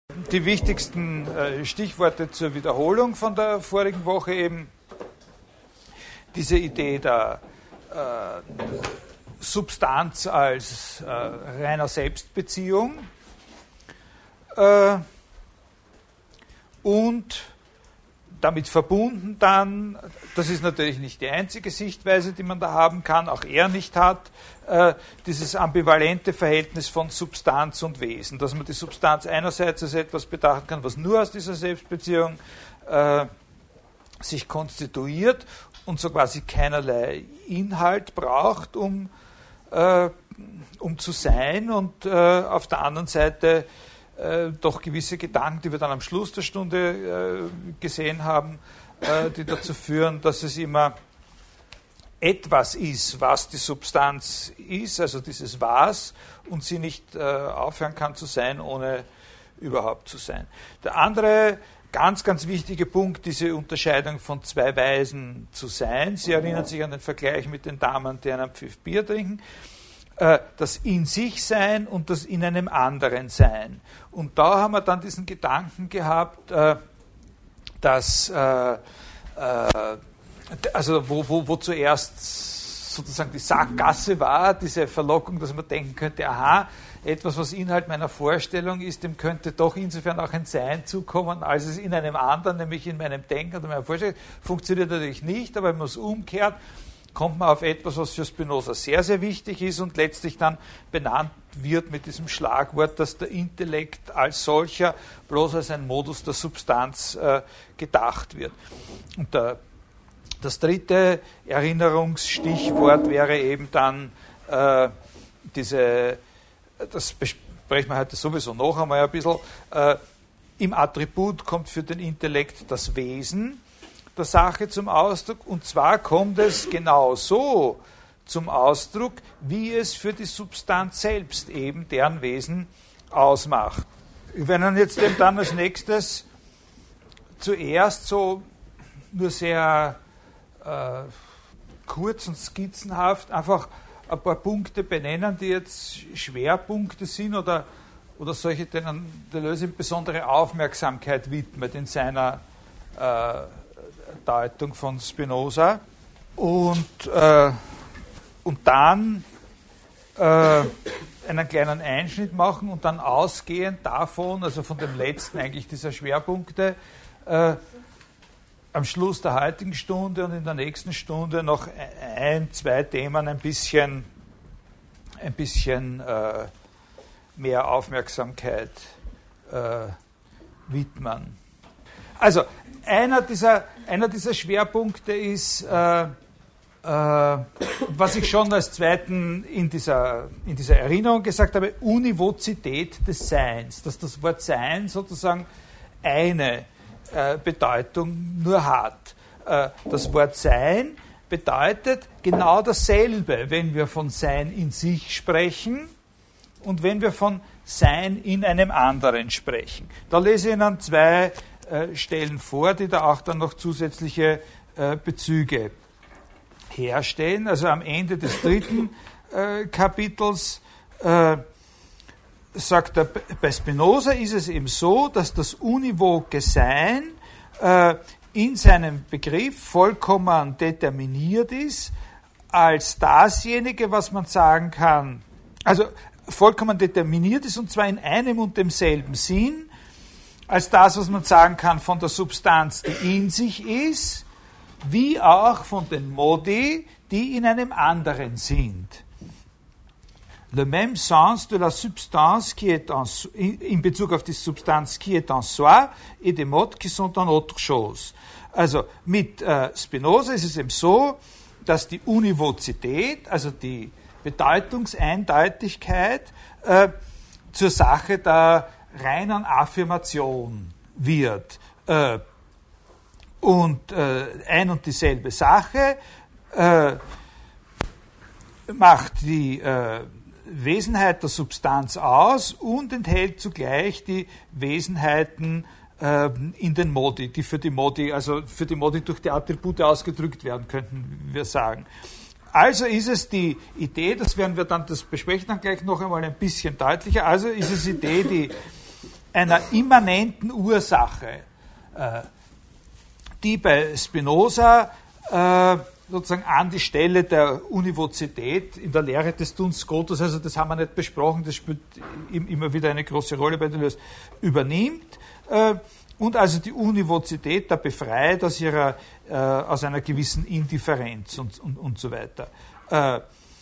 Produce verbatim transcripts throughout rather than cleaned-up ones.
Die wichtigsten äh, Stichworte zur Wiederholung von der vorigen Woche eben diese Idee der äh, Substanz als äh, reiner Selbstbeziehung äh, und damit verbunden dann, das ist natürlich nicht die einzige Sichtweise, die man da haben kann, auch er nicht hat, äh, dieses ambivalente Verhältnis von Substanz und Wesen, dass man die Substanz einerseits als etwas betrachten kann, was nur aus dieser Selbstbeziehung äh, sich konstituiert und so quasi keinerlei Inhalt braucht, um, äh, um zu sein, und äh, auf der anderen Seite Äh, doch gewisse Gedanken, die wir dann am Schluss der Stunde äh, gesehen haben, äh, die dazu führen, dass es immer etwas ist, was die Substanz ist, also dieses Was, und sie nicht äh, aufhören kann zu sein, ohne überhaupt zu sein. Der andere ganz, ganz wichtige Punkt, diese Unterscheidung von zwei Weisen zu sein. Sie erinnern sich an den Vergleich mit den Damen, die einen Pfiff Bier trinken. Das in sich Sein und das in einem anderen Sein. Und da haben wir dann diesen Gedanken gehabt, dass, also wo, wo, wo zuerst sozusagen die Sackgasse war, diese Verlockung, dass man denken könnte, aha, etwas, was Inhalt meiner Vorstellung ist, dem könnte doch insofern auch ein Sein zukommen, als es in einem anderen, nämlich in meinem Denken oder meiner Vorstellung, funktioniert natürlich nicht, aber wenn man es umkehrt, kommt man auf etwas, was für Spinoza sehr, sehr wichtig ist und letztlich dann benannt wird mit diesem Schlagwort, dass der Intellekt als solcher bloß als ein Modus der Substanz äh, gedacht wird. Und der, das dritte Erinnerungsstichwort wäre eben dann äh, diese, das besprechen wir heute sowieso noch einmal ein bisschen, äh, im Attribut kommt für den Intellekt das Wesen der Sache zum Ausdruck, und zwar kommt es genau so zum Ausdruck, wie es für die Substanz selbst eben deren Wesen ausmacht. Wir werden jetzt eben dann als nächstes zuerst so nur sehr äh, kurz und skizzenhaft einfach ein paar Punkte benennen, die jetzt Schwerpunkte sind oder, oder solche, denen Deleuze besondere Aufmerksamkeit widmet in seiner äh, Deutung von Spinoza, und, äh, und dann äh, einen kleinen Einschnitt machen und dann ausgehend davon, also von dem letzten eigentlich dieser Schwerpunkte, äh, am Schluss der heutigen Stunde und in der nächsten Stunde noch ein, zwei Themen ein bisschen, ein bisschen äh, mehr Aufmerksamkeit äh, widmen. Also, einer dieser, einer dieser Schwerpunkte ist, äh, äh, was ich schon als zweiten in dieser, in dieser Erinnerung gesagt habe, Univozität des Seins, dass das Wort Sein sozusagen eine äh, Bedeutung nur hat. Äh, das Wort Sein bedeutet genau dasselbe, wenn wir von Sein in sich sprechen und wenn wir von Sein in einem anderen sprechen. Da lese ich Ihnen zwei Stellen vor, die da auch dann noch zusätzliche äh, Bezüge herstellen. Also am Ende des dritten äh, Kapitels äh, sagt er, bei Spinoza ist es eben so, dass das univoke Sein äh, in seinem Begriff vollkommen determiniert ist als dasjenige, was man sagen kann, also vollkommen determiniert ist, und zwar in einem und demselben Sinn, als das, was man sagen kann von der Substanz, die in sich ist, wie auch von den Modi, die in einem anderen sind. Le même sens de la substance qui est en, in Bezug auf die Substanz qui est en soi et des modes qui sont en autre chose. Also mit äh, Spinoza ist es eben so, dass die Univozität, also die Bedeutungseindeutigkeit, äh, zur Sache der reinen Affirmation wird. Äh, und äh, ein und dieselbe Sache äh, macht die äh, Wesenheit der Substanz aus und enthält zugleich die Wesenheiten äh, in den Modi, die für die Modi, also für die Modi durch die Attribute ausgedrückt werden, könnten wir sagen. Also ist es die Idee, das werden wir dann, das besprechen dann gleich noch einmal ein bisschen deutlicher, also ist es die Idee, die einer immanenten Ursache, äh, die bei Spinoza äh, sozusagen an die Stelle der Univozität in der Lehre des Duns Scotus, also das haben wir nicht besprochen, das spielt immer wieder eine große Rolle bei Deleuze, übernimmt äh, und also die Univozität da befreit aus, ihrer, äh, aus einer gewissen Indifferenz und, und, und so weiter. Äh,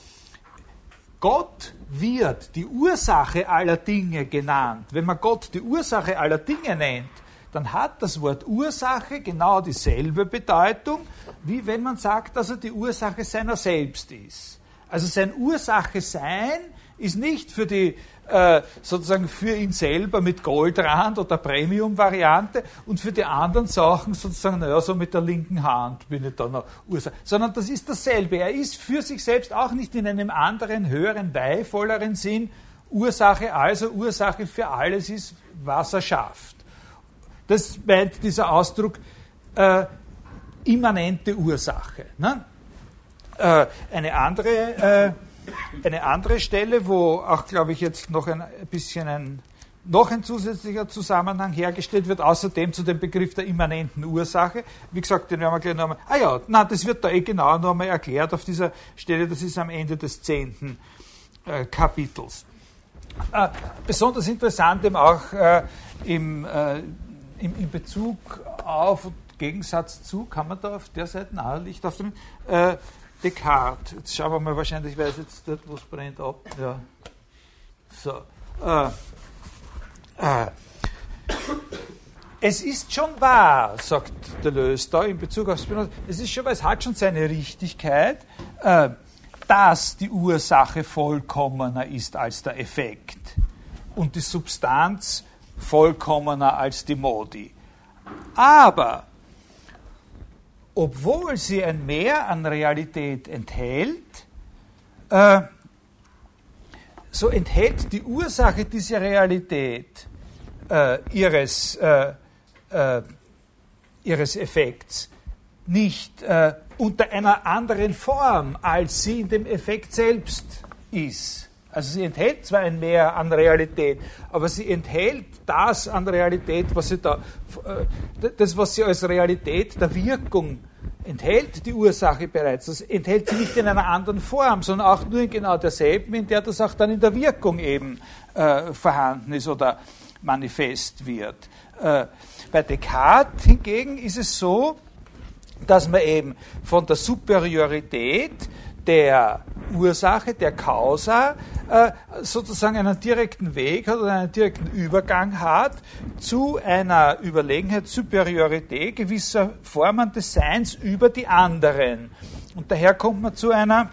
Gott wird die Ursache aller Dinge genannt. Wenn man Gott die Ursache aller Dinge nennt, dann hat das Wort Ursache genau dieselbe Bedeutung, wie wenn man sagt, dass er die Ursache seiner selbst ist. Also sein Ursache-Sein ist nicht für die, äh, sozusagen für ihn selber mit Goldrand oder Premium-Variante und für die anderen Sachen sozusagen, naja, so mit der linken Hand bin ich da noch Ursache. Sondern das ist dasselbe. Er ist für sich selbst auch nicht in einem anderen, höheren, weihevolleren Sinn Ursache, also Ursache für alles ist, was er schafft. Das meint dieser Ausdruck äh, immanente Ursache. Ne? Äh, eine, andere, äh, eine andere Stelle, wo auch, glaube ich, jetzt noch ein bisschen ein, noch ein zusätzlicher Zusammenhang hergestellt wird, außerdem zu dem Begriff der immanenten Ursache. Wie gesagt, den werden wir gleich nochmal. Ah ja, na, das wird da eh genau noch einmal erklärt auf dieser Stelle, das ist am Ende des zehnten äh, Kapitels. Äh, besonders interessant eben auch äh, im äh, in Bezug auf und Gegensatz zu, kann man da auf der Seite, na, Licht auf dem, äh, Descartes. Jetzt schauen wir mal, wahrscheinlich weiß jetzt dort, wo es brennt, ab. Ja. So. Äh, äh. Es ist schon wahr, sagt Deleuze da in Bezug auf Spinoza, es ist schon wahr, es hat schon seine Richtigkeit, äh, dass die Ursache vollkommener ist als der Effekt und die Substanz vollkommener als die Modi. Aber obwohl sie ein Mehr an Realität enthält, äh, so enthält die Ursache dieser Realität äh, ihres, äh, äh, ihres Effekts nicht äh, unter einer anderen Form, als sie in dem Effekt selbst ist. Also sie enthält zwar ein Mehr an Realität, aber sie enthält das an Realität, was sie da, das, was sie als Realität der Wirkung enthält, die Ursache bereits. Das enthält sie nicht in einer anderen Form, sondern auch nur in genau derselben, in der das auch dann in der Wirkung eben äh, vorhanden ist oder manifest wird. Äh, bei Descartes hingegen ist es so, dass man eben von der Superiorität der Ursache, der Causa, äh, sozusagen einen direkten Weg hat oder einen direkten Übergang hat zu einer Überlegenheit, Superiorität gewisser Formen des Seins über die anderen. Und daher kommt man zu einer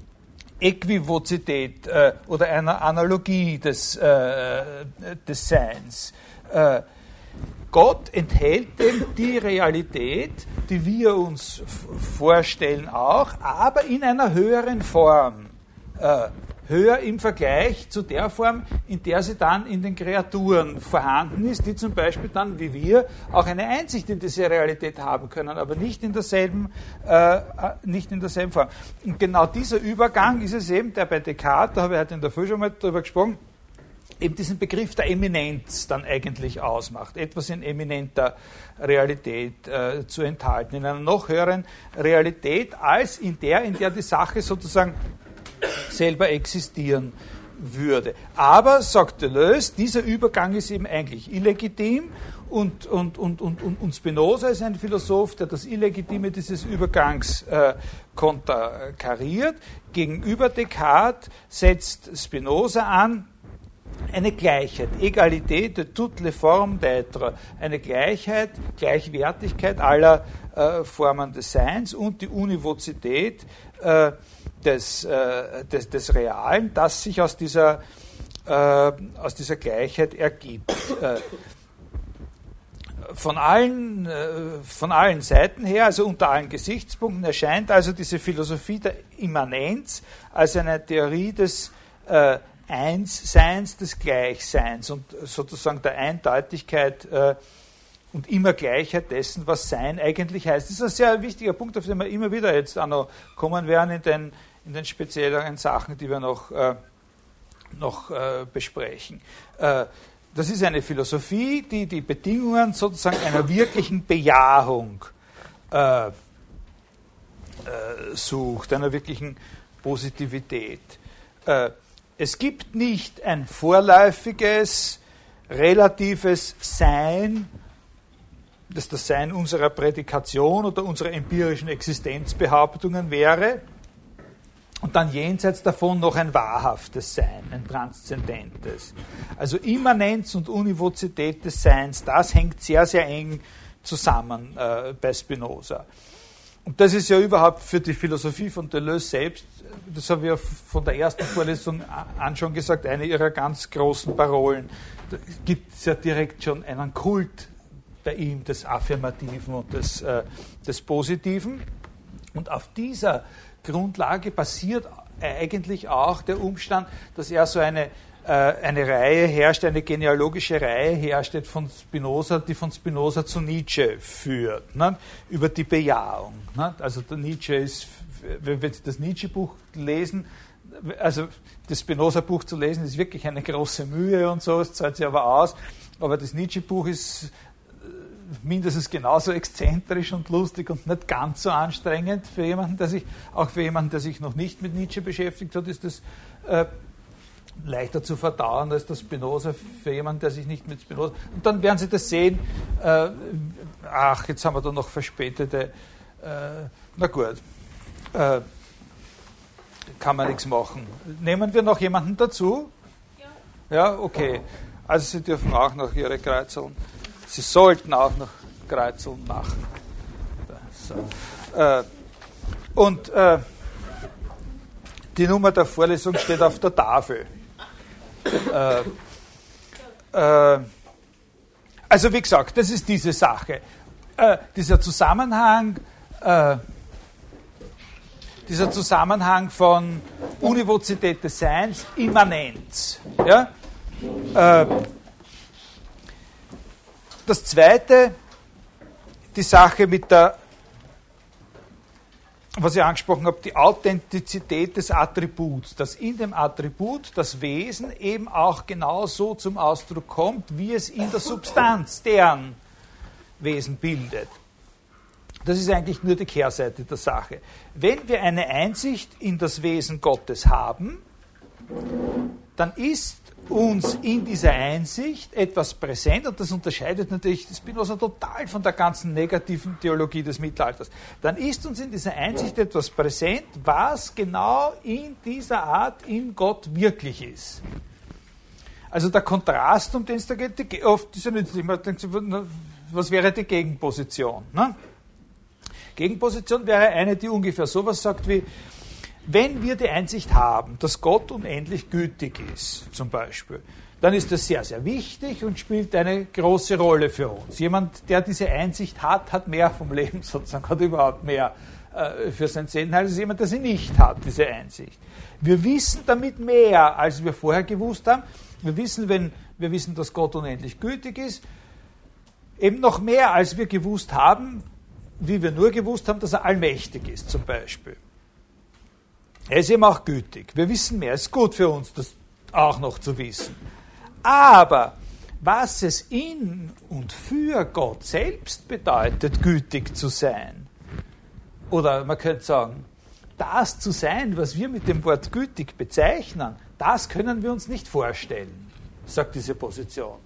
Äquivozität äh, oder einer Analogie des, äh, des Seins. Äh, Gott enthält eben die Realität, die wir uns vorstellen auch, aber in einer höheren Form. Äh, höher im Vergleich zu der Form, in der sie dann in den Kreaturen vorhanden ist, die zum Beispiel dann, wie wir, auch eine Einsicht in diese Realität haben können, aber nicht in derselben, äh, nicht in derselben Form. Und genau dieser Übergang ist es eben, der bei Descartes, da habe ich heute in der Früh schon mal darüber gesprochen, eben diesen Begriff der Eminenz dann eigentlich ausmacht, etwas in eminenter Realität äh, zu enthalten, in einer noch höheren Realität als in der, in der die Sache sozusagen selber existieren würde. Aber, sagt Deleuze, dieser Übergang ist eben eigentlich illegitim und, und, und, und, und Spinoza ist ein Philosoph, der das Illegitime dieses Übergangs äh, konterkariert. Gegenüber Descartes setzt Spinoza an, eine Gleichheit, Egalité de toutes les formes d'être, eine Gleichheit, Gleichwertigkeit aller äh, Formen des Seins und die Univozität äh, des, äh, des, des Realen, das sich aus dieser, äh, aus dieser Gleichheit ergibt. Äh, von allen, äh, von allen Seiten her, also unter allen Gesichtspunkten, erscheint also diese Philosophie der Immanenz als eine Theorie des äh, Einsseins, des Gleichseins und sozusagen der Eindeutigkeit äh, und immer Gleichheit dessen, was Sein eigentlich heißt. Das ist ein sehr wichtiger Punkt, auf den wir immer wieder jetzt auch noch kommen werden in den, in den spezielleren Sachen, die wir noch, äh, noch äh, besprechen. Äh, das ist eine Philosophie, die die Bedingungen sozusagen einer wirklichen Bejahung äh, äh, sucht, einer wirklichen Positivität. Äh, es gibt nicht ein vorläufiges, relatives Sein, das das Sein unserer Prädikation oder unserer empirischen Existenzbehauptungen wäre, und dann jenseits davon noch ein wahrhaftes Sein, ein transzendentes. Also Immanenz und Univozität des Seins, das hängt sehr, sehr eng zusammen äh, bei Spinoza. Und das ist ja überhaupt für die Philosophie von Deleuze selbst, das habe ich ja von der ersten Vorlesung an schon gesagt, eine ihrer ganz großen Parolen. Da gibt es ja direkt schon einen Kult bei ihm des Affirmativen und des, äh, des Positiven. Und auf dieser Grundlage basiert eigentlich auch der Umstand, dass er so eine, äh, eine Reihe herrscht, eine genealogische Reihe herrscht von Spinoza, die von Spinoza zu Nietzsche führt, ne? Über die Bejahung. Ne? Also der Nietzsche ist, wenn Sie das Nietzsche-Buch lesen, also das Spinoza-Buch zu lesen, ist wirklich eine große Mühe und so, es zahlt sich aber aus, aber das Nietzsche-Buch ist mindestens genauso exzentrisch und lustig und nicht ganz so anstrengend für jemanden, der sich, auch für jemanden, der sich noch nicht mit Nietzsche beschäftigt hat, ist das äh, leichter zu verdauen als das Spinoza für jemanden, der sich nicht mit Spinoza... Und dann werden Sie das sehen, äh, ach, jetzt haben wir da noch verspätete... Äh, na gut, äh, kann man nichts machen. Nehmen wir noch jemanden dazu? Ja. Ja, okay. Also Sie dürfen auch noch Ihre Kreuzeln... Sie sollten auch noch Kreuzeln machen. So. Äh, und äh, die Nummer der Vorlesung steht auf der Tafel. Äh, äh, also wie gesagt, das ist diese Sache. Äh, dieser Zusammenhang, äh, dieser Zusammenhang von Univozität des Seins, Immanenz. Ja? Äh, Das Zweite, die Sache mit der, was ich angesprochen habe, die Authentizität des Attributs, dass in dem Attribut das Wesen eben auch genau so zum Ausdruck kommt, wie es in der Substanz deren Wesen bildet. Das ist eigentlich nur die Kehrseite der Sache. Wenn wir eine Einsicht in das Wesen Gottes haben, dann ist uns in dieser Einsicht etwas präsent, und das unterscheidet natürlich Spinoza total von der ganzen negativen Theologie des Mittelalters. Dann ist uns in dieser Einsicht etwas präsent, was genau in dieser Art in Gott wirklich ist. Also der Kontrast, um den es da geht, die, oft ist ja nicht immer, was wäre die Gegenposition? Ne? Gegenposition wäre eine, die ungefähr sowas sagt wie: Wenn wir die Einsicht haben, dass Gott unendlich gütig ist, zum Beispiel, dann ist das sehr, sehr wichtig und spielt eine große Rolle für uns. Jemand, der diese Einsicht hat, hat mehr vom Leben sozusagen, hat überhaupt mehr äh, für sein Seelenheil als jemand, der sie nicht hat, diese Einsicht. Wir wissen damit mehr, als wir vorher gewusst haben. Wir wissen, wenn wir wissen, dass Gott unendlich gütig ist, eben noch mehr, als wir gewusst haben, wie wir nur gewusst haben, dass er allmächtig ist, zum Beispiel. Er ist eben auch gütig. Wir wissen mehr. Es ist gut für uns, das auch noch zu wissen. Aber was es in und für Gott selbst bedeutet, gütig zu sein, oder man könnte sagen, das zu sein, was wir mit dem Wort gütig bezeichnen, das können wir uns nicht vorstellen, sagt diese Position.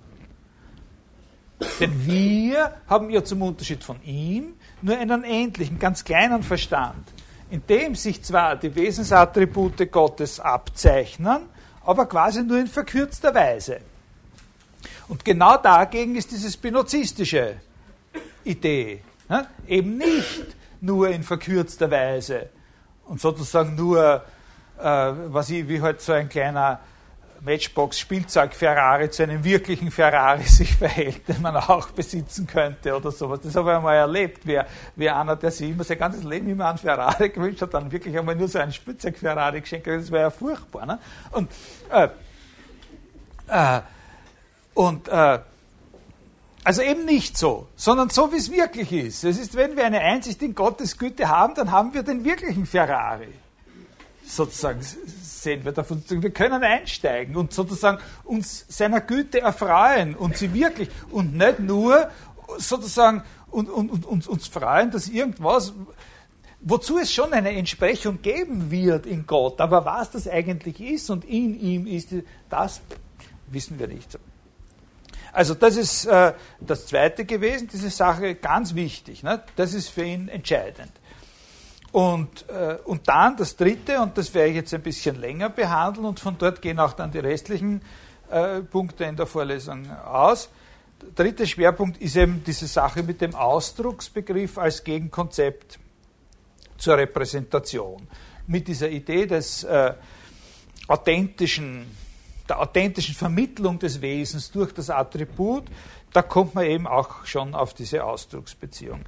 Denn wir haben ja zum Unterschied von ihm nur einen endlichen, ganz kleinen Verstand, in dem sich zwar die Wesensattribute Gottes abzeichnen, aber quasi nur in verkürzter Weise. Und genau dagegen ist diese spinozistische Idee. Ne? Eben nicht nur in verkürzter Weise und sozusagen nur, äh, was ich, wie halt so ein kleiner Matchbox-Spielzeug-Ferrari zu einem wirklichen Ferrari sich verhält, den man auch besitzen könnte oder sowas. Das habe ich einmal erlebt, wie, wie einer, der sich immer sein ganzes Leben immer einen Ferrari gewünscht hat, dann wirklich einmal nur so einen Spielzeug-Ferrari geschenkt hat. Das war ja furchtbar. Ne? Und, äh, äh, und äh, also eben nicht so, sondern so, wie es wirklich ist. Es ist, wenn wir eine Einsicht in Gottes Güte haben, dann haben wir den wirklichen Ferrari. sozusagen sehen wir davon. Wir können einsteigen und sozusagen uns seiner Güte erfreuen und sie wirklich und nicht nur sozusagen und, und, und uns, uns freuen, dass irgendwas, wozu es schon eine Entsprechung geben wird in Gott, aber was das eigentlich ist und in ihm ist, das wissen wir nicht. Also das ist äh, das Zweite gewesen, diese Sache ganz wichtig, ne? Das ist für ihn entscheidend. Und, äh, und dann das Dritte, und das werde ich jetzt ein bisschen länger behandeln, und von dort gehen auch dann die restlichen äh, Punkte in der Vorlesung aus. Der dritte Schwerpunkt ist eben diese Sache mit dem Ausdrucksbegriff als Gegenkonzept zur Repräsentation. Mit dieser Idee des äh, authentischen, der authentischen Vermittlung des Wesens durch das Attribut, da kommt man eben auch schon auf diese Ausdrucksbeziehung.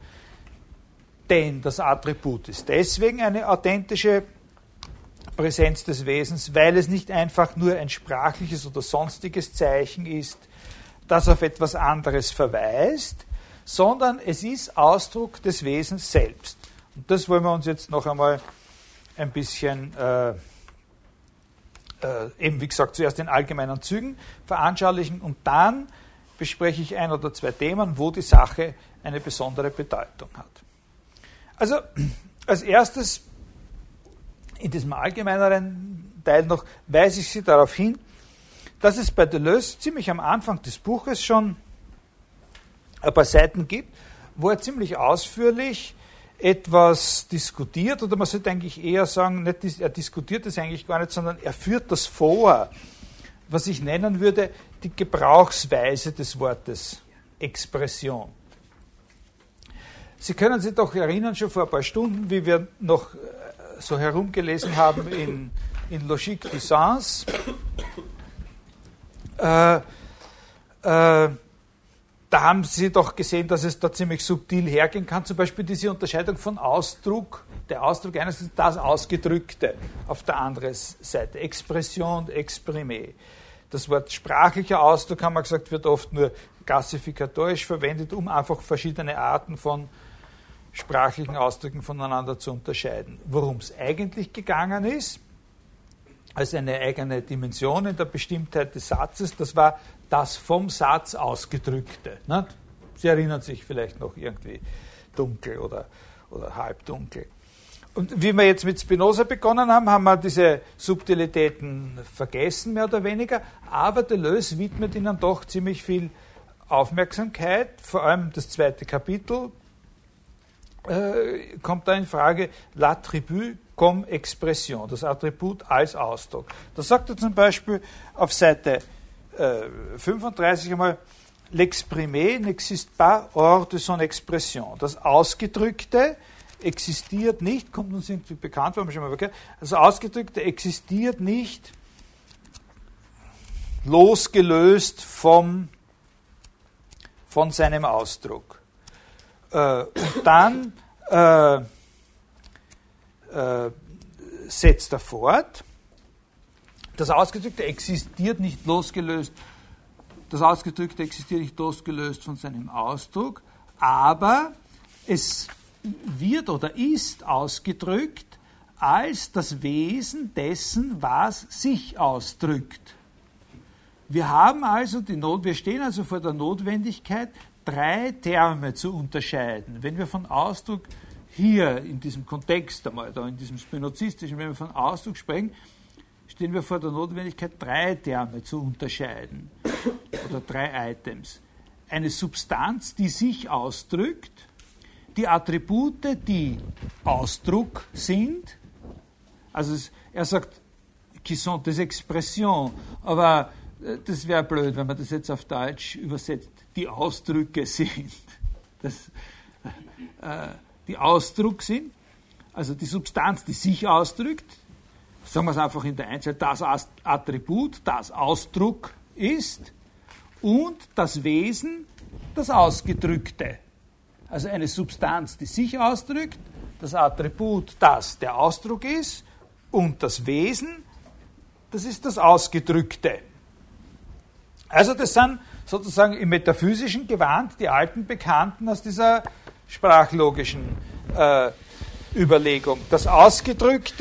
Denn das Attribut ist deswegen eine authentische Präsenz des Wesens, weil es nicht einfach nur ein sprachliches oder sonstiges Zeichen ist, das auf etwas anderes verweist, sondern es ist Ausdruck des Wesens selbst. Und das wollen wir uns jetzt noch einmal ein bisschen, äh, äh, eben wie gesagt, zuerst in allgemeinen Zügen veranschaulichen und dann bespreche ich ein oder zwei Themen, wo die Sache eine besondere Bedeutung hat. Also als erstes, in diesem allgemeineren Teil noch, weise ich Sie darauf hin, dass es bei Deleuze ziemlich am Anfang des Buches schon ein paar Seiten gibt, wo er ziemlich ausführlich etwas diskutiert, oder man sollte eigentlich eher sagen, nicht, er diskutiert es eigentlich gar nicht, sondern er führt das vor, was ich nennen würde, die Gebrauchsweise des Wortes Expression. Sie können sich doch erinnern, schon vor ein paar Stunden, wie wir noch so herumgelesen haben in, in Logique du Sens. Äh, äh, da haben Sie doch gesehen, dass es da ziemlich subtil hergehen kann. Zum Beispiel diese Unterscheidung von Ausdruck, der Ausdruck einerseits das Ausgedrückte, auf der anderen Seite Expression und Exprimé. Das Wort sprachlicher Ausdruck, haben wir gesagt, wird oft nur klassifikatorisch verwendet, um einfach verschiedene Arten von sprachlichen Ausdrücken voneinander zu unterscheiden. Worum es eigentlich gegangen ist, als eine eigene Dimension in der Bestimmtheit des Satzes, das war das vom Satz Ausgedrückte. Ne? Sie erinnern sich vielleicht noch irgendwie dunkel oder, oder halbdunkel. Und wie wir jetzt mit Spinoza begonnen haben, haben wir diese Subtilitäten vergessen, mehr oder weniger, aber Deleuze widmet ihnen doch ziemlich viel Aufmerksamkeit, vor allem das zweite Kapitel, Äh, kommt da in Frage l'attribut comme expression, das Attribut als Ausdruck. Da sagt er zum Beispiel auf Seite äh, fünfunddreißig einmal, l'exprimé n'existe pas hors de son expression. Das Ausgedrückte existiert nicht, kommt uns irgendwie bekannt, haben wir schon mal gehört, das Ausgedrückte existiert nicht losgelöst vom, von seinem Ausdruck. Äh, und dann äh, äh, setzt er fort, das Ausgedrückte existiert nicht losgelöst, das Ausgedrückte existiert nicht losgelöst von seinem Ausdruck, aber es wird oder ist ausgedrückt als das Wesen dessen, was sich ausdrückt. Wir haben also die Not, wir stehen also vor der Notwendigkeit, drei Terme zu unterscheiden. Wenn wir von Ausdruck hier in diesem Kontext einmal, da in diesem spinozistischen, wenn wir von Ausdruck sprechen, stehen wir vor der Notwendigkeit, drei Terme zu unterscheiden oder drei Items. Eine Substanz, die sich ausdrückt, die Attribute, die Ausdruck sind, also es, er sagt, qui sont des expressions, aber das wäre blöd, wenn man das jetzt auf Deutsch übersetzt, die Ausdrücke sind, das, äh, die Ausdruck sind, also die Substanz, die sich ausdrückt, sagen wir es einfach in der Einzelheit, das Attribut, das Ausdruck ist und das Wesen, das Ausgedrückte. Also eine Substanz, die sich ausdrückt, das Attribut, das der Ausdruck ist und das Wesen, das ist das Ausgedrückte. Also das sind sozusagen im metaphysischen Gewand die alten Bekannten aus dieser sprachlogischen äh, Überlegung. Das Ausgedrückte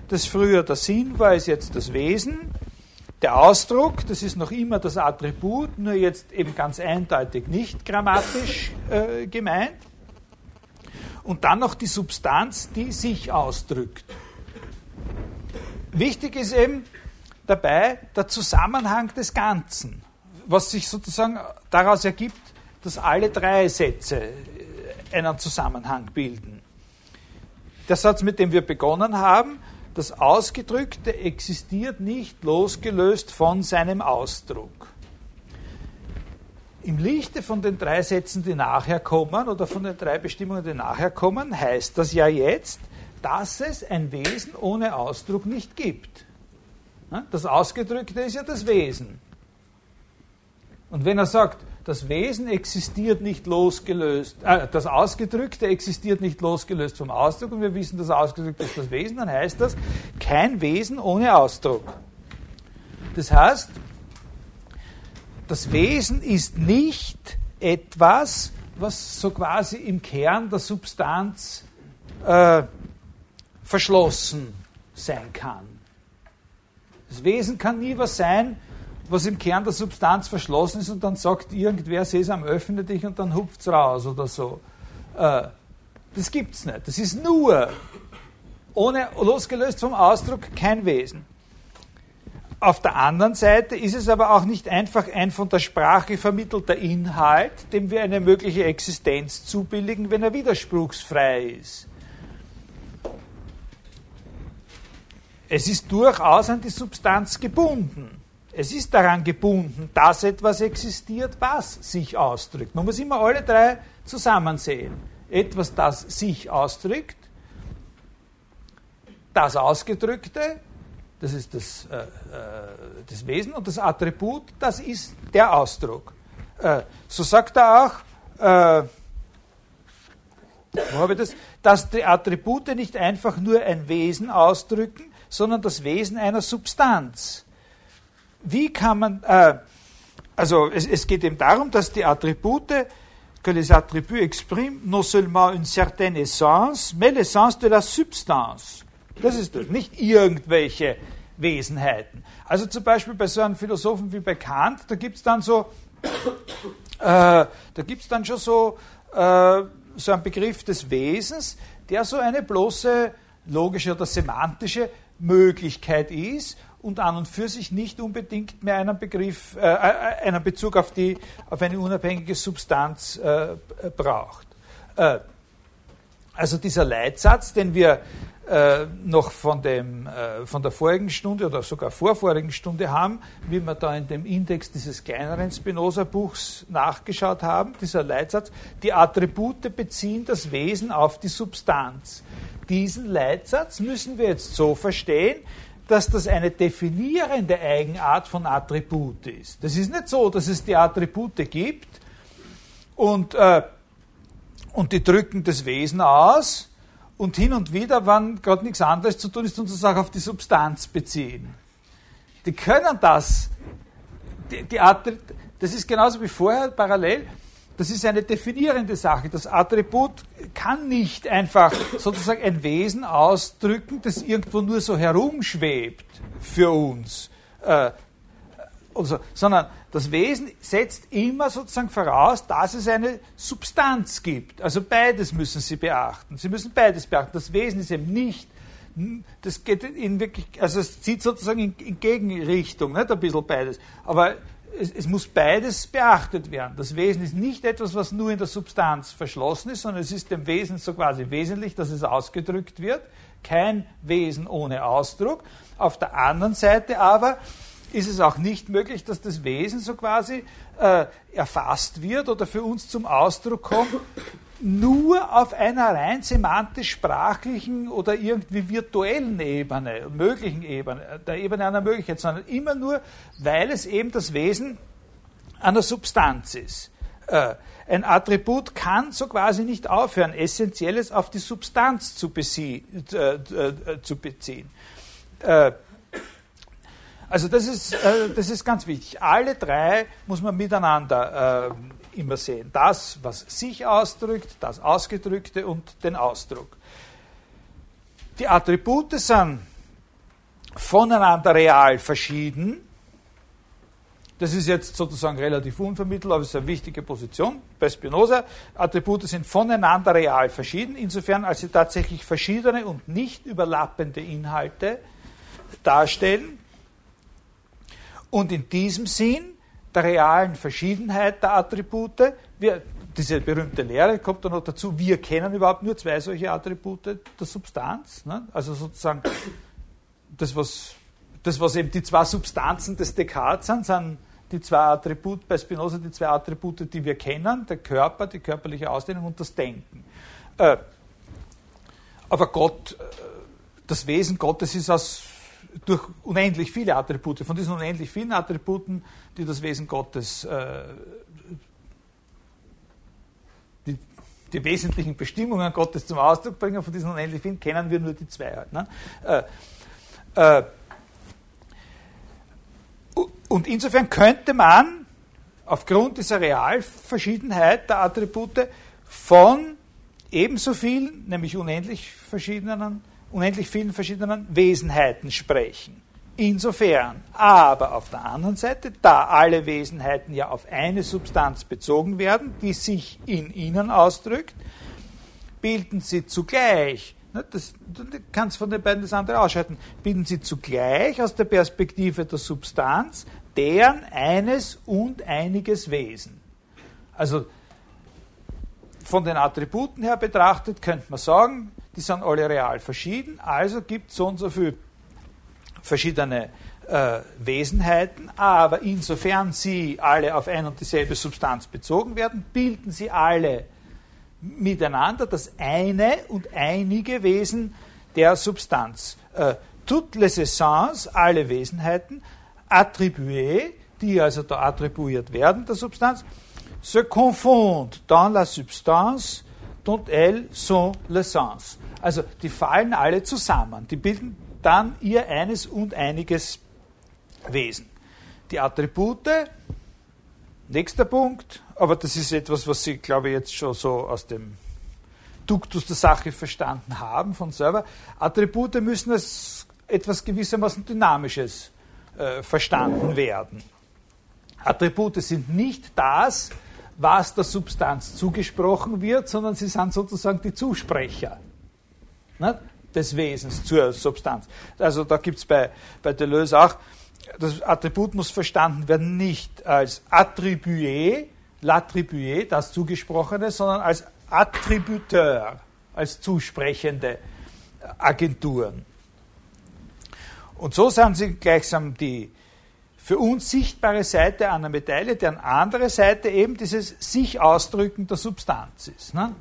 das früher der Sinn war, ist jetzt das Wesen. Der Ausdruck, das ist noch immer das Attribut, nur jetzt eben ganz eindeutig nicht grammatisch äh, gemeint. Und dann noch die Substanz, die sich ausdrückt. Wichtig ist eben dabei der Zusammenhang des Ganzen, was sich sozusagen daraus ergibt, dass alle drei Sätze einen Zusammenhang bilden. Der Satz, mit dem wir begonnen haben, das Ausgedrückte existiert nicht losgelöst von seinem Ausdruck. Im Lichte von den drei Sätzen, die nachher kommen, oder von den drei Bestimmungen, die nachher kommen, heißt das ja jetzt, dass es ein Wesen ohne Ausdruck nicht gibt. Das Ausgedrückte ist ja das Wesen. Und wenn er sagt, das Wesen existiert nicht losgelöst, äh, das Ausgedrückte existiert nicht losgelöst vom Ausdruck, und wir wissen, das Ausgedrückte ist das Wesen, dann heißt das, kein Wesen ohne Ausdruck. Das heißt, das Wesen ist nicht etwas, was so quasi im Kern der Substanz äh, verschlossen sein kann. Das Wesen kann nie was sein, was im Kern der Substanz verschlossen ist und dann sagt irgendwer, Sesam, öffne dich und dann hupft's raus oder so. Äh, das gibt's nicht. Das ist nur, ohne, losgelöst vom Ausdruck, kein Wesen. Auf der anderen Seite ist es aber auch nicht einfach ein von der Sprache vermittelter Inhalt, dem wir eine mögliche Existenz zubilligen, wenn er widerspruchsfrei ist. Es ist durchaus an die Substanz gebunden. Es ist daran gebunden, dass etwas existiert, was sich ausdrückt. Man muss immer alle drei zusammen sehen. Etwas, das sich ausdrückt, das Ausgedrückte, das ist das, äh, das Wesen, und das Attribut, das ist der Ausdruck. Äh, so sagt er auch, äh, wo habe ich das? Dass die Attribute nicht einfach nur ein Wesen ausdrücken, sondern das Wesen einer Substanz. Wie kann man, äh, also es, es geht eben darum, dass die Attribute, que les attributs expriment non seulement une certaine essence, mais l'essence de la substance. Das ist das, nicht irgendwelche Wesenheiten. Also zum Beispiel bei so einem Philosophen wie bei Kant, da gibt es dann so, äh, da gibt es dann schon so, äh, so einen Begriff des Wesens, der so eine bloße logische oder semantische Möglichkeit ist und an und für sich nicht unbedingt mehr einen Begriff, äh, einen Bezug auf, die, auf eine unabhängige Substanz äh, braucht. Äh, also dieser Leitsatz, den wir äh, noch von, dem, äh, von der vorigen Stunde oder sogar vorvorigen Stunde haben, wie wir da in dem Index dieses kleineren Spinoza-Buchs nachgeschaut haben, dieser Leitsatz, die Attribute beziehen das Wesen auf die Substanz. Diesen Leitsatz müssen wir jetzt so verstehen, dass das eine definierende Eigenart von Attribut ist. Das ist nicht so, dass es die Attribute gibt und, äh, und die drücken das Wesen aus und hin und wieder, wenn gerade nichts anderes zu tun ist, uns das auch auf die Substanz beziehen. Die können das. Die, die Attri- das ist genauso wie vorher parallel. Das ist eine definierende Sache. Das Attribut kann nicht einfach sozusagen ein Wesen ausdrücken, das irgendwo nur so herumschwebt für uns, äh, so, sondern das Wesen setzt immer sozusagen voraus, dass es eine Substanz gibt. Also beides müssen Sie beachten. Sie müssen beides beachten. Das Wesen ist eben nicht, das geht in wirklich, also es zieht sozusagen in, in Gegenrichtung, nicht ein bisschen beides, aber Es, es muss beides beachtet werden. Das Wesen ist nicht etwas, was nur in der Substanz verschlossen ist, sondern es ist dem Wesen so quasi wesentlich, dass es ausgedrückt wird. Kein Wesen ohne Ausdruck. Auf der anderen Seite aber ist es auch nicht möglich, dass das Wesen so quasi äh, erfasst wird oder für uns zum Ausdruck kommt, nur auf einer rein semantisch-sprachlichen oder irgendwie virtuellen Ebene, möglichen Ebene, der Ebene einer Möglichkeit, sondern immer nur, weil es eben das Wesen einer Substanz ist. Äh, ein Attribut kann so quasi nicht aufhören, Essentielles auf die Substanz zu, bezie- äh, äh, zu beziehen. Äh, also das ist, äh, das ist ganz wichtig. Alle drei muss man miteinander äh, immer sehen. Das, was sich ausdrückt, das Ausgedrückte und den Ausdruck. Die Attribute sind voneinander real verschieden. Das ist jetzt sozusagen relativ unvermittelt, aber es ist eine wichtige Position bei Spinoza. Attribute sind voneinander real verschieden, insofern als sie tatsächlich verschiedene und nicht überlappende Inhalte darstellen. Und in diesem Sinn der realen Verschiedenheit der Attribute, wir, diese berühmte Lehre kommt dann noch dazu, wir kennen überhaupt nur zwei solche Attribute der Substanz. Ne? Also sozusagen das was, das, was eben die zwei Substanzen des Descartes sind, sind die zwei Attribute, bei Spinoza die zwei Attribute, die wir kennen, der Körper, die körperliche Ausdehnung und das Denken. Äh, aber Gott, das Wesen Gottes ist aus, durch unendlich viele Attribute. Von diesen unendlich vielen Attributen, die das Wesen Gottes, äh, die, die wesentlichen Bestimmungen Gottes zum Ausdruck bringen, von diesen unendlich vielen kennen wir nur die zwei halt. Ne? Äh, äh, Und insofern könnte man aufgrund dieser Realverschiedenheit der Attribute von ebenso vielen, nämlich unendlich verschiedenen, unendlich vielen verschiedenen Wesenheiten sprechen. Insofern, aber auf der anderen Seite, da alle Wesenheiten ja auf eine Substanz bezogen werden, die sich in ihnen ausdrückt, bilden sie zugleich, das, du kannst von den beiden das andere ausschalten, bilden sie zugleich aus der Perspektive der Substanz deren eines und einiges Wesen. Also von den Attributen her betrachtet könnte man sagen, die sind alle real verschieden, also gibt es so und so viele verschiedene äh, Wesenheiten, aber insofern sie alle auf ein und dieselbe Substanz bezogen werden, bilden sie alle miteinander das eine und einige Wesen der Substanz. Äh, toutes les essences, alle Wesenheiten, attribuées, die also da attribuiert werden der Substanz, se confondent dans la substance dont elles sont l'essence. Also die fallen alle zusammen, die bilden dann ihr eines und einiges Wesen. Die Attribute, nächster Punkt, aber das ist etwas, was Sie, glaube ich, jetzt schon so aus dem Duktus der Sache verstanden haben von selber. Attribute müssen als etwas gewissermaßen Dynamisches äh, verstanden werden. Attribute sind nicht das, was der Substanz zugesprochen wird, sondern sie sind sozusagen die Zusprecher, ne, des Wesens zur Substanz. Also da gibt es bei, bei Deleuze auch, das Attribut muss verstanden werden nicht als Attribué, l'attribué, das Zugesprochene, sondern als Attributeur, als zusprechende Agenturen. Und so sind sie gleichsam die für uns sichtbare Seite einer Medaille, deren andere Seite eben dieses sich Ausdrücken der Substanz ist. Ne?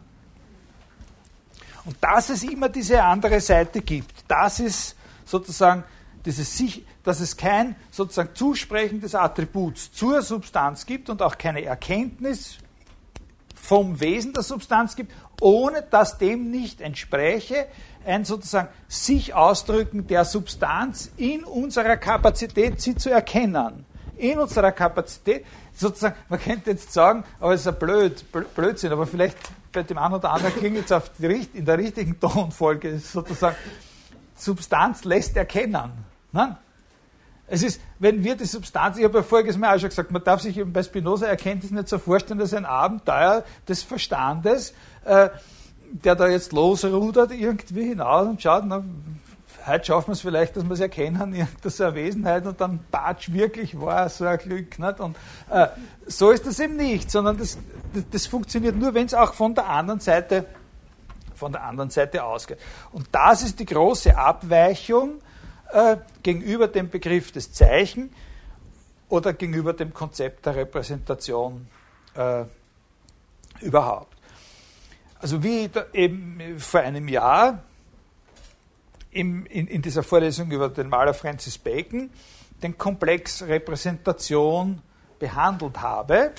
Und dass es immer diese andere Seite gibt, das ist sozusagen dieses sich, dass es kein sozusagen Zusprechen des Attributs zur Substanz gibt und auch keine Erkenntnis vom Wesen der Substanz gibt, ohne dass dem nicht entspräche ein sozusagen sich Ausdrücken der Substanz in unserer Kapazität, sie zu erkennen. In unserer Kapazität, sozusagen, man könnte jetzt sagen, aber es ist ein Blöd, Blödsinn, aber vielleicht bei dem einen oder anderen klingt es in der richtigen Tonfolge, sozusagen, Substanz lässt erkennen. Nein? Es ist, wenn wir die Substanz, ich habe ja voriges Mal auch schon gesagt, man darf sich eben bei Spinoza Erkenntnis nicht so vorstellen, dass ein Abenteuer des Verstandes, äh, der da jetzt losrudert irgendwie hinaus und schaut, na, heute schaffen wir es vielleicht, dass wir es erkennen, irgendeine so eine Wesenheit und dann patsch, wirklich war so ein Glück. Nicht? Und äh, so ist das eben nicht, sondern das, das, das funktioniert nur, wenn es auch von der anderen Seite, von der anderen Seite ausgeht. Und das ist die große Abweichung äh, gegenüber dem Begriff des Zeichen oder gegenüber dem Konzept der Repräsentation äh, überhaupt. Also wie eben vor einem Jahr im, in, in dieser Vorlesung über den Maler Francis Bacon den Komplex Repräsentation behandelt habe,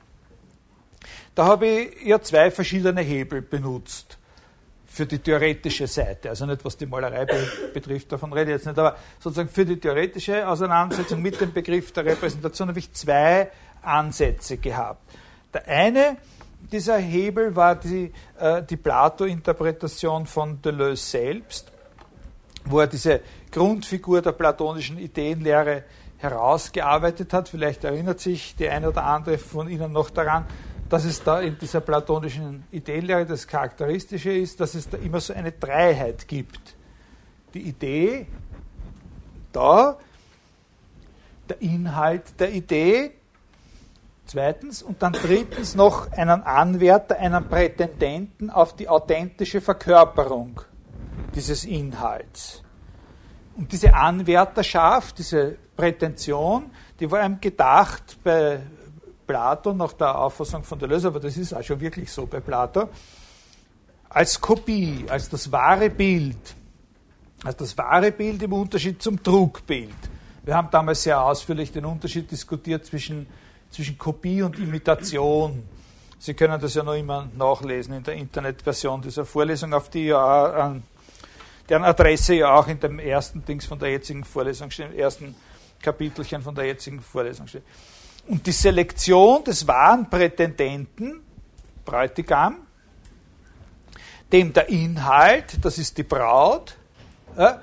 da habe ich ja zwei verschiedene Hebel benutzt für die theoretische Seite. Also nicht, was die Malerei be- betrifft, davon rede ich jetzt nicht, aber sozusagen für die theoretische Auseinandersetzung mit dem Begriff der Repräsentation habe ich zwei Ansätze gehabt. Der eine dieser Hebel war die, äh, die Plato-Interpretation von Deleuze selbst, wo er diese Grundfigur der platonischen Ideenlehre herausgearbeitet hat. Vielleicht erinnert sich die eine oder andere von Ihnen noch daran, dass es da in dieser platonischen Ideenlehre das Charakteristische ist, dass es da immer so eine Dreiheit gibt. Die Idee, da, der Inhalt der Idee, zweitens, und dann drittens noch einen Anwärter, einen Prätendenten auf die authentische Verkörperung dieses Inhalts. Und diese Anwärterschaft, diese Prätension, die war einem gedacht bei Plato, nach der Auffassung von Deleuze, aber das ist auch schon wirklich so bei Plato, als Kopie, als das wahre Bild, als das wahre Bild im Unterschied zum Trugbild. Wir haben damals sehr ausführlich den Unterschied diskutiert zwischen, zwischen Kopie und Imitation. Sie können das ja noch immer nachlesen in der Internetversion dieser Vorlesung, auf die ja auch an deren Adresse ja auch in dem ersten Dings von der jetzigen Vorlesung steht, im ersten Kapitelchen von der jetzigen Vorlesung steht. Und die Selektion des wahren Prätendenten, Bräutigam, dem der Inhalt, das ist die Braut, äh,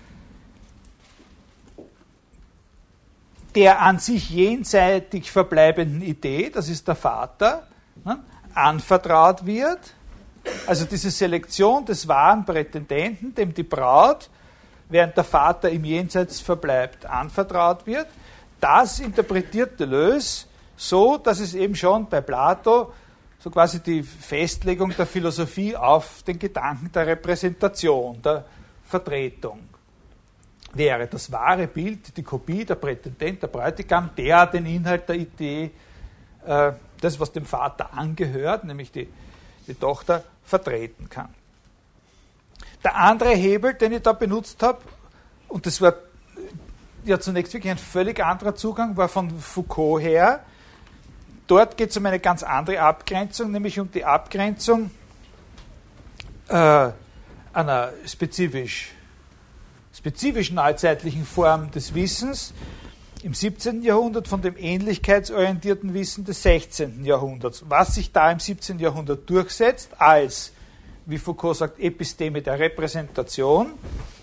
der an sich jenseitig verbleibenden Idee, das ist der Vater, ne, anvertraut wird. Also diese Selektion des wahren Prätendenten, dem die Braut, während der Vater im Jenseits verbleibt, anvertraut wird, das interpretiert Deleuze so, dass es eben schon bei Plato so quasi die Festlegung der Philosophie auf den Gedanken der Repräsentation, der Vertretung wäre. Das wahre Bild, die Kopie, der Prätendent, der Bräutigam, der den Inhalt der Idee, äh, das, was dem Vater angehört, nämlich die, die Tochter, vertreten kann. Der andere Hebel, den ich da benutzt habe, und das war ja zunächst wirklich ein völlig anderer Zugang, war von Foucault her. Dort geht es um eine ganz andere Abgrenzung, nämlich um die Abgrenzung äh, einer spezifisch, spezifisch neuzeitlichen Form des Wissens im siebzehnten Jahrhundert von dem ähnlichkeitsorientierten Wissen des sechzehnten Jahrhunderts. Was sich da im siebzehnten Jahrhundert durchsetzt als, wie Foucault sagt, Episteme der Repräsentation,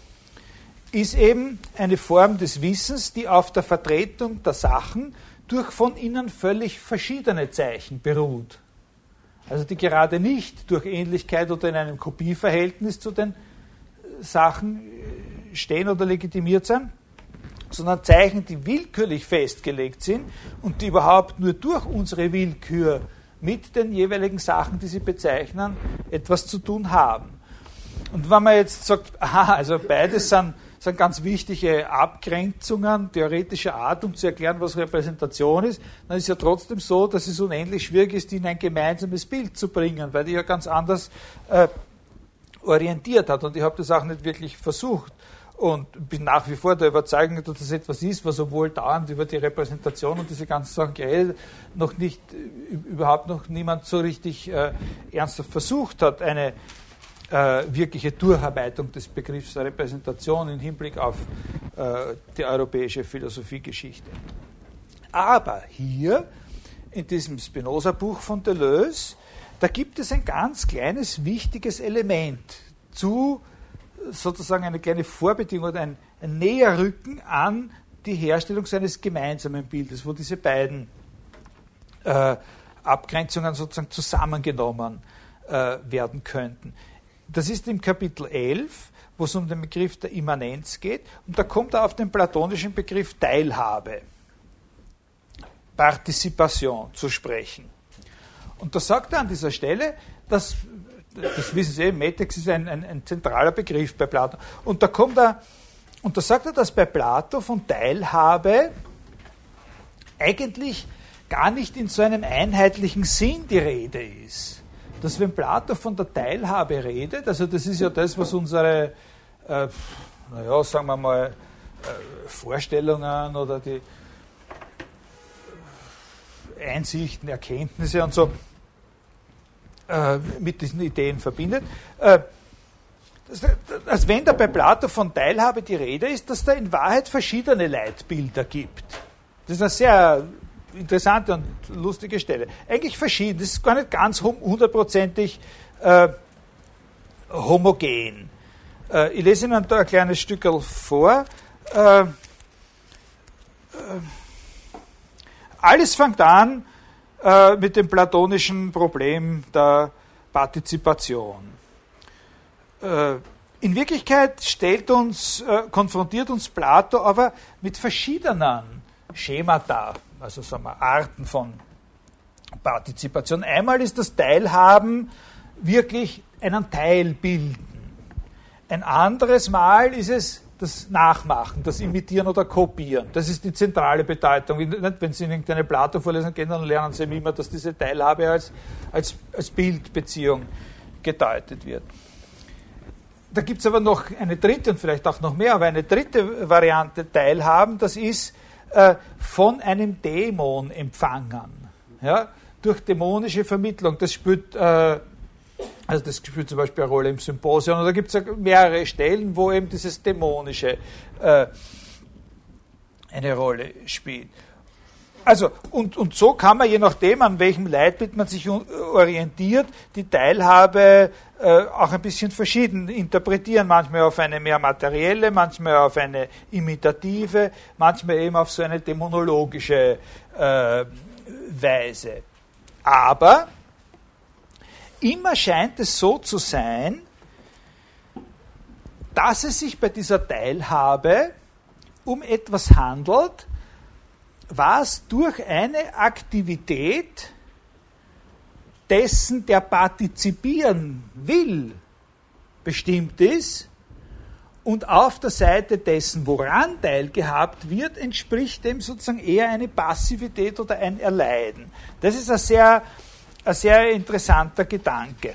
ist eben eine Form des Wissens, die auf der Vertretung der Sachen durch von ihnen völlig verschiedene Zeichen beruht. Also die gerade nicht durch Ähnlichkeit oder in einem Kopieverhältnis zu den Sachen stehen oder legitimiert sind, sondern Zeichen, die willkürlich festgelegt sind und die überhaupt nur durch unsere Willkür mit den jeweiligen Sachen, die sie bezeichnen, etwas zu tun haben. Und wenn man jetzt sagt, aha, also beides sind, sind ganz wichtige Abgrenzungen theoretischer Art, um zu erklären, was Repräsentation ist, dann ist ja trotzdem so, dass es unendlich schwierig ist, die in ein gemeinsames Bild zu bringen, weil die ja ganz anders äh, orientiert hat. Und ich habe das auch nicht wirklich versucht. Und bin nach wie vor der Überzeugung, dass das etwas ist, was obwohl dauernd über die Repräsentation und diese ganzen Sachen geredet, noch nicht, überhaupt noch niemand so richtig äh, ernsthaft versucht hat, eine äh, wirkliche Durcharbeitung des Begriffs der Repräsentation im Hinblick auf äh, die europäische Philosophiegeschichte. Aber hier, in diesem Spinoza-Buch von Deleuze, da gibt es ein ganz kleines, wichtiges Element zu sozusagen eine kleine Vorbedingung oder ein, ein Näherrücken an die Herstellung seines gemeinsamen Bildes, wo diese beiden äh, Abgrenzungen sozusagen zusammengenommen äh, werden könnten. Das ist im Kapitel elf, wo es um den Begriff der Immanenz geht, und da kommt er auf den platonischen Begriff Teilhabe, Partizipation zu sprechen. Und da sagt er an dieser Stelle, dass das wissen Sie, Metex ist ein, ein, ein zentraler Begriff bei Plato. Und da kommt er, und da sagt er, dass bei Plato von Teilhabe eigentlich gar nicht in so einem einheitlichen Sinn die Rede ist. Dass wenn Plato von der Teilhabe redet, also das ist ja das, was unsere, äh, naja, sagen wir mal, äh, Vorstellungen oder die Einsichten, Erkenntnisse und so mit diesen Ideen verbindet. Als wenn da bei Plato von Teilhabe die Rede ist, dass da in Wahrheit verschiedene Leitbilder gibt. Das ist eine sehr interessante und lustige Stelle. Eigentlich verschieden, das ist gar nicht ganz hundertprozentig äh, homogen. Äh, ich lese Ihnen da ein kleines Stückel vor. Äh, äh, alles fängt an äh, mit dem platonischen Problem der Partizipation. Äh, in Wirklichkeit stellt uns, äh, konfrontiert uns Plato aber mit verschiedenen Schemata, also sagen wir, Arten von Partizipation. Einmal ist das Teilhaben wirklich einen Teil bilden. Ein anderes Mal ist es das Nachmachen, das Imitieren oder Kopieren. Das ist die zentrale Bedeutung. Wenn Sie in irgendeine Plato-Vorlesung gehen, dann lernen Sie immer, dass diese Teilhabe als, als, als Bildbeziehung gedeutet wird. Da gibt es aber noch eine dritte und vielleicht auch noch mehr, aber eine dritte Variante Teilhaben, das ist äh, von einem Dämon empfangen. Ja? Durch dämonische Vermittlung. Das spielt, äh, also das spielt zum Beispiel eine Rolle im Symposion. Und da gibt es mehrere Stellen, wo eben dieses Dämonische äh, eine Rolle spielt. Also, und, und so kann man, je nachdem, an welchem Leitbild man sich orientiert, die Teilhabe äh, auch ein bisschen verschieden interpretieren. Manchmal auf eine mehr materielle, manchmal auf eine imitative, manchmal eben auf so eine dämonologische äh, Weise. Aber immer scheint es so zu sein, dass es sich bei dieser Teilhabe um etwas handelt, was durch eine Aktivität dessen, der partizipieren will, bestimmt ist und auf der Seite dessen, woran teilgehabt wird, entspricht dem sozusagen eher eine Passivität oder ein Erleiden. Das ist ein sehr, ein sehr interessanter Gedanke.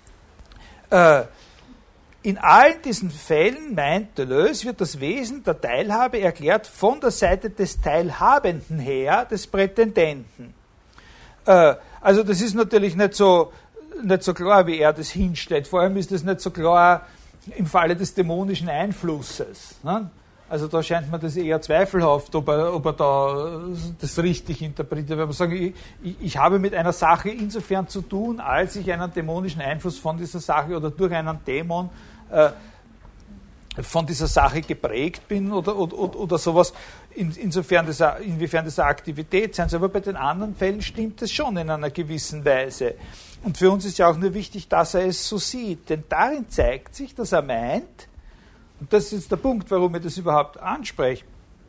Äh, In allen diesen Fällen, meint Deleuze, wird das Wesen der Teilhabe erklärt von der Seite des Teilhabenden her, des Prätendenten. Äh, also das ist natürlich nicht so, nicht so klar, wie er das hinstellt. Vor allem ist das nicht so klar im Falle des dämonischen Einflusses. Ne? Also da scheint mir das eher zweifelhaft, ob er, ob er da das richtig interpretiert. Wenn man sagt, ich, ich habe mit einer Sache insofern zu tun, als ich einen dämonischen Einfluss von dieser Sache oder durch einen Dämon äh, von dieser Sache geprägt bin oder, oder, oder sowas, in, insofern das, inwiefern das eine Aktivität sein soll. Aber bei den anderen Fällen stimmt es schon in einer gewissen Weise. Und für uns ist ja auch nur wichtig, dass er es so sieht. Denn darin zeigt sich, dass er meint, und das ist jetzt der Punkt, warum ich das überhaupt anspreche,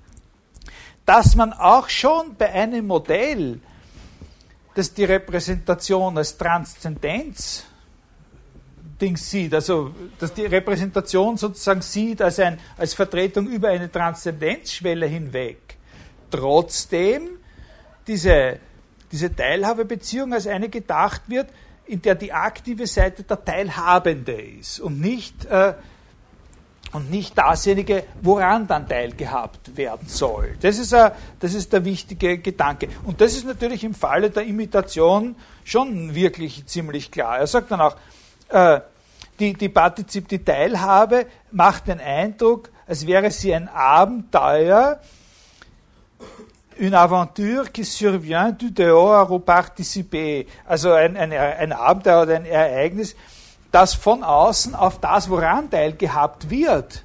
dass man auch schon bei einem Modell, das die Repräsentation als Transzendenz Ding sieht, also dass die Repräsentation sozusagen sieht als, ein, als Vertretung über eine Transzendenzschwelle hinweg, trotzdem diese, diese Teilhabebeziehung als eine gedacht wird, in der die aktive Seite der Teilhabende ist und nicht äh, und nicht dasjenige, woran dann teilgehabt werden soll. Das ist, a, das ist der wichtige Gedanke. Und das ist natürlich im Falle der Imitation schon wirklich ziemlich klar. Er sagt dann auch, äh, die, die, Partizip, die Teilhabe macht den Eindruck, als wäre sie ein Abenteuer, une aventure qui survient du dehors au participé. Also ein, ein, ein Abenteuer oder ein Ereignis, das von außen auf das, woran teilgehabt wird,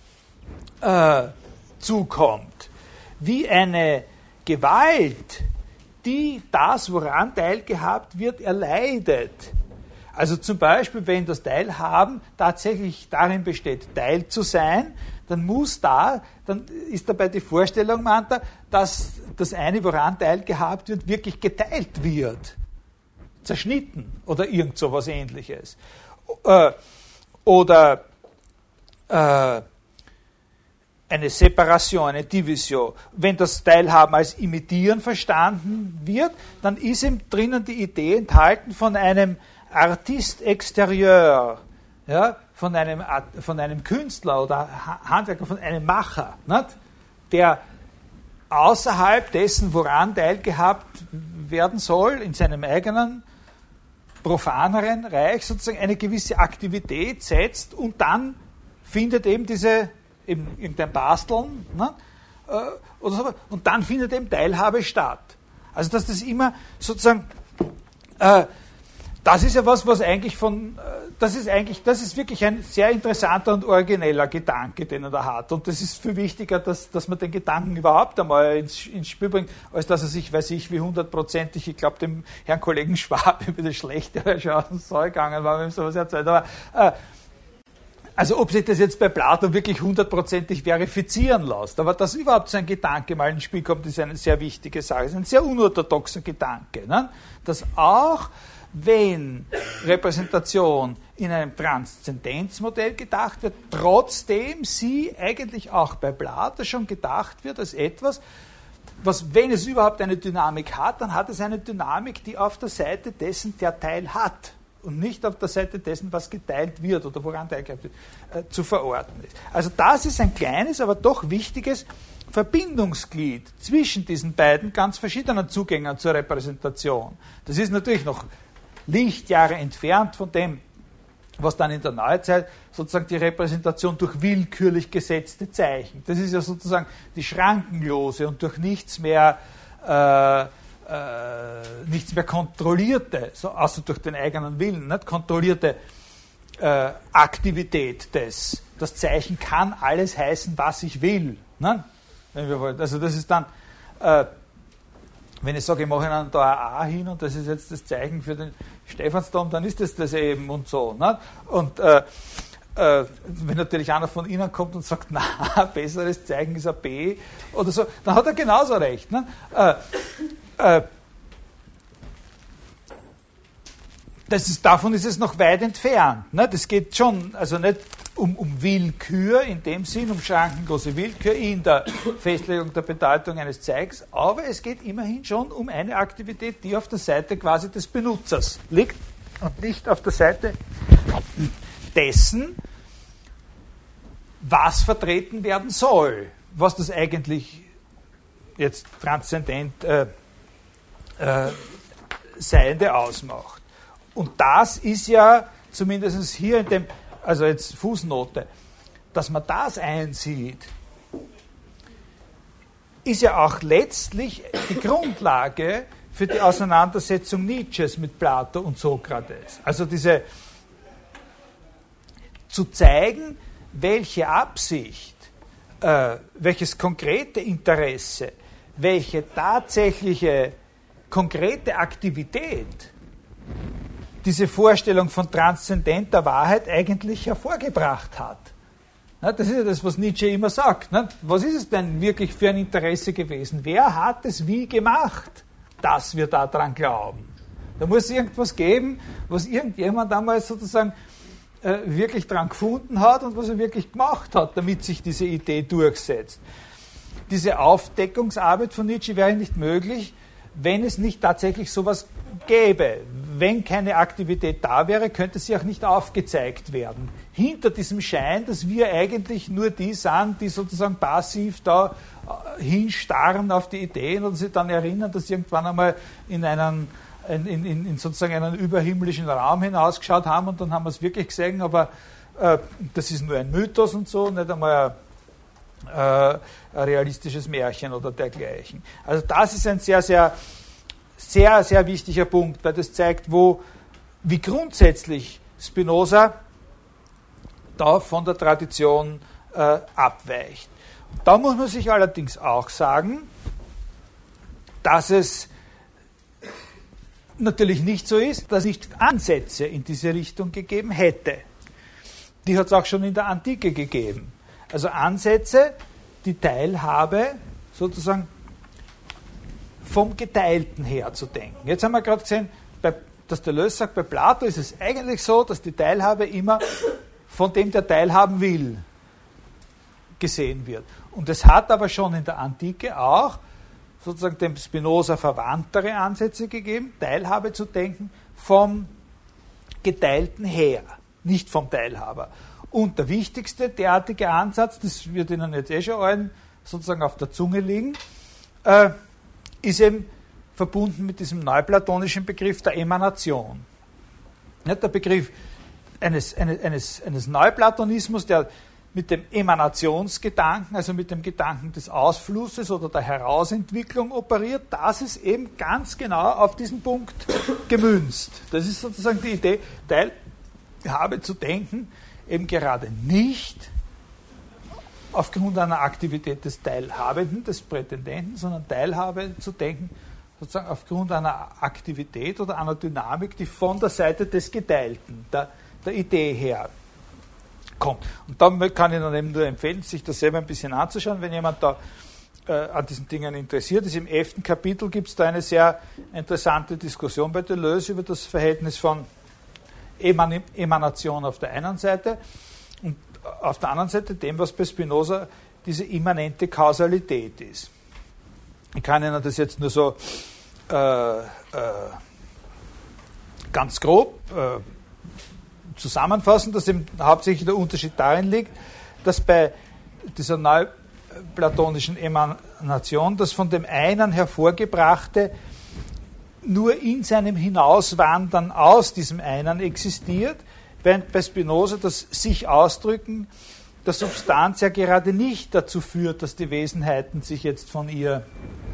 äh, zukommt. Wie eine Gewalt, die das, woran teilgehabt wird, erleidet. Also zum Beispiel, wenn das Teilhaben tatsächlich darin besteht, Teil zu sein, dann muss da, dann ist dabei die Vorstellung, meint er, dass das eine, woran teilgehabt wird, wirklich geteilt wird. Zerschnitten oder irgend so was Ähnliches. Äh, oder äh, eine Separation, eine Division. Wenn das Teilhaben als Imitieren verstanden wird, dann ist eben drinnen die Idee enthalten von einem Artiste exterieur, ja, von einem, von einem Künstler oder Handwerker, von einem Macher, nicht? Der außerhalb dessen, woran teilgehabt werden soll, in seinem eigenen profaneren Reich sozusagen eine gewisse Aktivität setzt und dann findet eben diese, eben irgendein Basteln, ne, äh, oder so, und dann findet eben Teilhabe statt. Also dass das immer sozusagen, äh, das ist ja was, was eigentlich von äh, das ist eigentlich, das ist wirklich ein sehr interessanter und origineller Gedanke, den er da hat. Und das ist viel wichtiger, dass, dass man den Gedanken überhaupt einmal ins, ins Spiel bringt, als dass er sich, weiß ich, wie hundertprozentig, ich glaube, dem Herrn Kollegen Schwab über das Schlechte schon aus dem Saal gegangen war, wenn ihm sowas erzählt. Aber, äh, also ob sich das jetzt bei Plato wirklich hundertprozentig verifizieren lässt, aber dass überhaupt so ein Gedanke mal ins Spiel kommt, ist eine sehr wichtige Sache. Das ist ein sehr unorthodoxer Gedanke, ne? Dass auch wenn Repräsentation in einem Transzendenzmodell gedacht wird, trotzdem sie eigentlich auch bei Plato schon gedacht wird als etwas, was, wenn es überhaupt eine Dynamik hat, dann hat es eine Dynamik, die auf der Seite dessen der Teil hat und nicht auf der Seite dessen, was geteilt wird oder woran teilgehabt wird, äh, zu verorten ist. Also das ist ein kleines, aber doch wichtiges Verbindungsglied zwischen diesen beiden ganz verschiedenen Zugängen zur Repräsentation. Das ist natürlich noch Lichtjahre entfernt von dem, was dann in der Neuzeit sozusagen die Repräsentation durch willkürlich gesetzte Zeichen. Das ist ja sozusagen die schrankenlose und durch nichts mehr äh, äh, nichts mehr kontrollierte, so, außer durch den eigenen Willen, nicht kontrollierte äh, Aktivität des. Das Zeichen kann alles heißen, was ich will. Ne? Wenn wir wollen. Also das ist dann äh, wenn ich sage, ich mache Ihnen da ein A hin und das ist jetzt das Zeichen für den Stephansdom, dann ist das das eben und so. Ne? Und äh, äh, wenn natürlich einer von Ihnen kommt und sagt, na, ein besseres Zeichen ist ein B oder so, dann hat er genauso recht. Ne? Äh, äh, das ist, davon ist es noch weit entfernt. Ne? Das geht schon, also nicht um, um Willkür in dem Sinn, um schrankenlose Willkür in der Festlegung der Bedeutung eines Zeigens, aber es geht immerhin schon um eine Aktivität, die auf der Seite quasi des Benutzers liegt und nicht auf der Seite dessen, was vertreten werden soll, was das eigentlich jetzt transzendent äh, äh, Seiende ausmacht. Und das ist ja zumindest hier in dem, also jetzt Fußnote, dass man das einsieht, ist ja auch letztlich die Grundlage für die Auseinandersetzung Nietzsches mit Plato und Sokrates. Also diese zu zeigen, welche Absicht, äh, welches konkrete Interesse, welche tatsächliche konkrete Aktivität diese Vorstellung von transzendenter Wahrheit eigentlich hervorgebracht hat. Das ist ja das, was Nietzsche immer sagt. Was ist es denn wirklich für ein Interesse gewesen? Wer hat es wie gemacht, dass wir daran glauben? Da muss es irgendwas geben, was irgendjemand damals sozusagen äh, wirklich dran gefunden hat und was er wirklich gemacht hat, damit sich diese Idee durchsetzt. Diese Aufdeckungsarbeit von Nietzsche wäre nicht möglich, wenn es nicht tatsächlich sowas gäbe. Wenn keine Aktivität da wäre, könnte sie auch nicht aufgezeigt werden. Hinter diesem Schein, dass wir eigentlich nur die sind, die sozusagen passiv da hinstarren auf die Ideen und sich dann erinnern, dass sie irgendwann einmal in einen, in, in, in sozusagen einen überhimmlischen Raum hinausgeschaut haben und dann haben wir es wirklich gesehen, aber äh, das ist nur ein Mythos und so, nicht einmal ein, äh, ein realistisches Märchen oder dergleichen. Also das ist ein sehr, sehr Sehr, sehr wichtiger Punkt, weil das zeigt, wo, wie grundsätzlich Spinoza da von der Tradition äh, abweicht. Da muss man sich allerdings auch sagen, dass es natürlich nicht so ist, dass es nicht Ansätze in diese Richtung gegeben hätte. Die hat es auch schon in der Antike gegeben. Also Ansätze, die Teilhabe sozusagen vom Geteilten her zu denken. Jetzt haben wir gerade gesehen, bei, dass Deleuze sagt, bei Plato ist es eigentlich so, dass die Teilhabe immer von dem, der teilhaben will, gesehen wird. Und es hat aber schon in der Antike auch sozusagen dem Spinoza verwandtere Ansätze gegeben, Teilhabe zu denken vom Geteilten her, nicht vom Teilhaber. Und der wichtigste derartige Ansatz, das wird Ihnen jetzt eh schon allen sozusagen auf der Zunge liegen, äh, ist eben verbunden mit diesem neuplatonischen Begriff der Emanation. Ja, der Begriff eines, eines, eines, eines Neuplatonismus, der mit dem Emanationsgedanken, also mit dem Gedanken des Ausflusses oder der Herausentwicklung operiert, das ist eben ganz genau auf diesen Punkt gemünzt. Das ist sozusagen die Idee, Teil, habe zu denken, eben gerade nicht aufgrund einer Aktivität des Teilhabenden, des Prätendenten, sondern Teilhabe zu denken, sozusagen aufgrund einer Aktivität oder einer Dynamik, die von der Seite des Geteilten, der, der Idee her kommt. Und da kann ich dann eben nur empfehlen, sich das selber ein bisschen anzuschauen, wenn jemand da äh, an diesen Dingen interessiert ist. Im elften Kapitel gibt es da eine sehr interessante Diskussion bei Deleuze über das Verhältnis von Eman- Emanation auf der einen Seite und auf der anderen Seite dem, was bei Spinoza diese immanente Kausalität ist. Ich kann Ihnen das jetzt nur so äh, äh, ganz grob äh, zusammenfassen, dass eben hauptsächlich der Unterschied darin liegt, dass bei dieser neuplatonischen Emanation das von dem einen hervorgebrachte nur in seinem Hinauswandern aus diesem einen existiert, während bei Spinoza das sich Ausdrücken der Substanz ja gerade nicht dazu führt, dass die Wesenheiten sich jetzt von ihr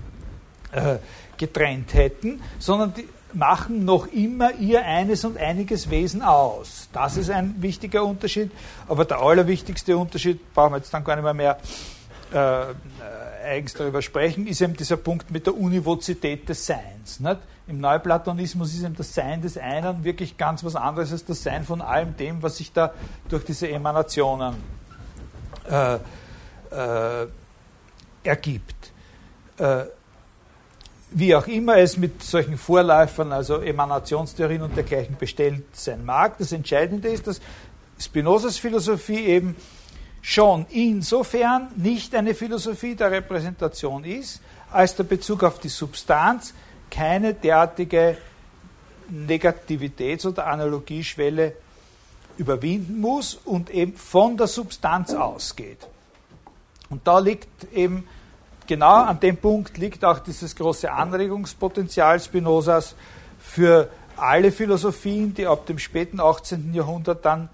äh, getrennt hätten, sondern die machen noch immer ihr eines und einiges Wesen aus. Das ist ein wichtiger Unterschied, aber der allerwichtigste Unterschied, brauchen wir jetzt dann gar nicht mehr, mehr äh, eigens darüber sprechen, ist eben dieser Punkt mit der Univozität des Seins. Nicht? Im Neuplatonismus ist eben das Sein des einen wirklich ganz was anderes als das Sein von allem dem, was sich da durch diese Emanationen äh, äh, ergibt. Äh, wie auch immer es mit solchen Vorläufern, also Emanationstheorien und dergleichen bestellt sein mag, das Entscheidende ist, dass Spinozas Philosophie eben schon insofern nicht eine Philosophie der Repräsentation ist, als der Bezug auf die Substanz keine derartige Negativitäts- oder Analogieschwelle überwinden muss und eben von der Substanz ausgeht. Und da liegt eben, genau an dem Punkt liegt auch dieses große Anregungspotenzial Spinozas für alle Philosophien, die ab dem späten achtzehnten Jahrhundert dann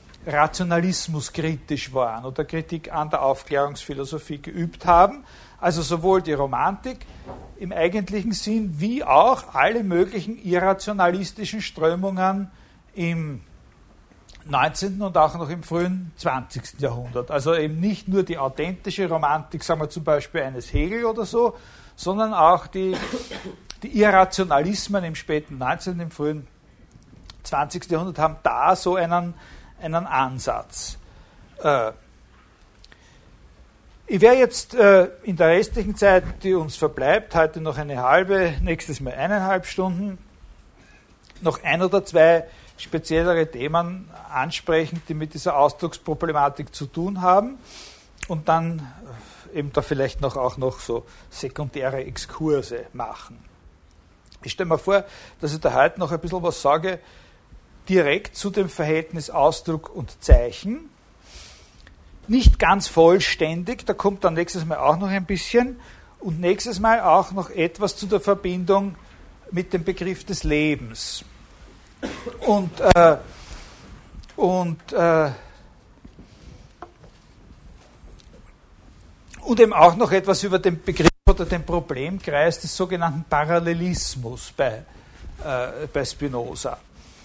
rationalismuskritisch waren oder Kritik an der Aufklärungsphilosophie geübt haben. Also sowohl die Romantik im eigentlichen Sinn wie auch alle möglichen irrationalistischen Strömungen im neunzehnten und auch noch im frühen zwanzigsten Jahrhundert. Also eben nicht nur die authentische Romantik, sagen wir zum Beispiel eines Hegel oder so, sondern auch die, die Irrationalismen im späten neunzehnten, im frühen zwanzigsten Jahrhundert haben da so einen, einen Ansatz. Äh, Ich werde jetzt äh, in der restlichen Zeit, die uns verbleibt, heute noch eine halbe, nächstes Mal eineinhalb Stunden, noch ein oder zwei speziellere Themen ansprechen, die mit dieser Ausdrucksproblematik zu tun haben und dann eben da vielleicht noch auch noch so sekundäre Exkurse machen. Ich stelle mir vor, dass ich da heute noch ein bisschen was sage, direkt zu dem Verhältnis Ausdruck und Zeichen. Nicht ganz vollständig, da kommt dann nächstes Mal auch noch ein bisschen und nächstes Mal auch noch etwas zu der Verbindung mit dem Begriff des Lebens. Und, äh, und, äh, und eben auch noch etwas über den Begriff oder den Problemkreis des sogenannten Parallelismus bei, äh, bei Spinoza.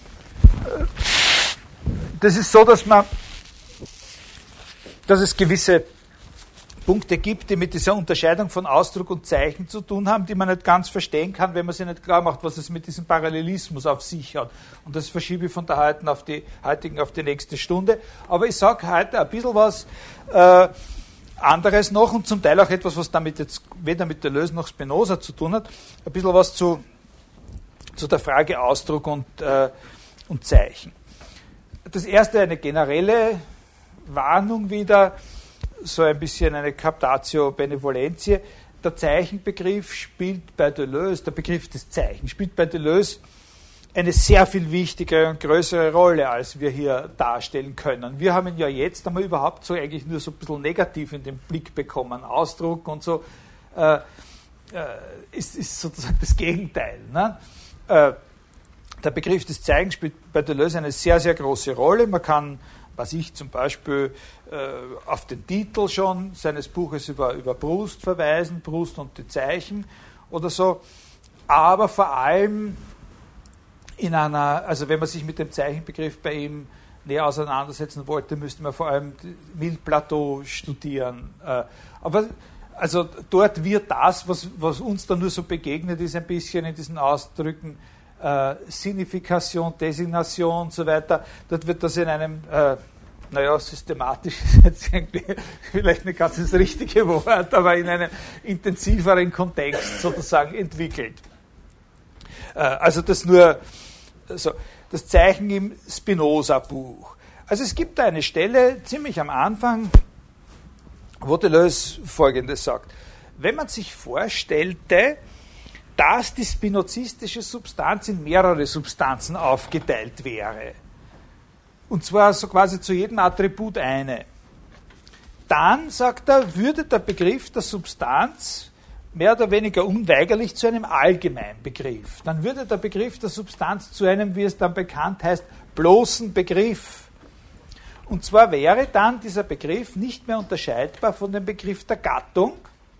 Das ist so, dass man dass es gewisse Punkte gibt, die mit dieser Unterscheidung von Ausdruck und Zeichen zu tun haben, die man nicht ganz verstehen kann, wenn man sich nicht klar macht, was es mit diesem Parallelismus auf sich hat. Und das verschiebe ich von der heutigen auf die, heutigen auf die nächste Stunde. Aber ich sage heute ein bisschen was äh, anderes noch und zum Teil auch etwas, was damit jetzt weder mit Deleuze noch Spinoza zu tun hat, ein bisschen was zu, zu der Frage Ausdruck und, äh, und Zeichen. Das erste eine generelle Warnung wieder, so ein bisschen eine Captatio Benevolentiae. Der Zeichenbegriff spielt bei Deleuze, der Begriff des Zeichens spielt bei Deleuze eine sehr viel wichtigere und größere Rolle, als wir hier darstellen können. Wir haben ihn ja jetzt einmal überhaupt so eigentlich nur so ein bisschen negativ in den Blick bekommen. Ausdruck und so äh, äh, ist, ist sozusagen das Gegenteil. Ne? Äh, der Begriff des Zeichens spielt bei Deleuze eine sehr, sehr große Rolle. Man kann, was ich zum Beispiel äh, auf den Titel schon seines Buches über, über Proust verweisen, Proust und die Zeichen oder so, aber vor allem in einer, also wenn man sich mit dem Zeichenbegriff bei ihm näher auseinandersetzen wollte, müsste man vor allem Mille-Plateau studieren. Aber also dort wird das, was, was uns dann nur so begegnet ist, ein bisschen in diesen Ausdrücken äh, Signifikation, Designation und so weiter, dort wird das in einem, äh, naja, systematisch ist jetzt irgendwie vielleicht nicht ganz das richtige Wort, aber in einem intensiveren Kontext sozusagen entwickelt. Äh, also das nur, also das Zeichen im Spinoza-Buch. Also es gibt da eine Stelle, ziemlich am Anfang, wo Deleuze Folgendes sagt. Wenn man sich vorstellte, dass die spinozistische Substanz in mehrere Substanzen aufgeteilt wäre, und zwar so quasi zu jedem Attribut eine, dann, sagt er, würde der Begriff der Substanz mehr oder weniger unweigerlich zu einem Allgemeinbegriff. Dann würde der Begriff der Substanz zu einem, wie es dann bekannt heißt, bloßen Begriff. Und zwar wäre dann dieser Begriff nicht mehr unterscheidbar von dem Begriff der Gattung.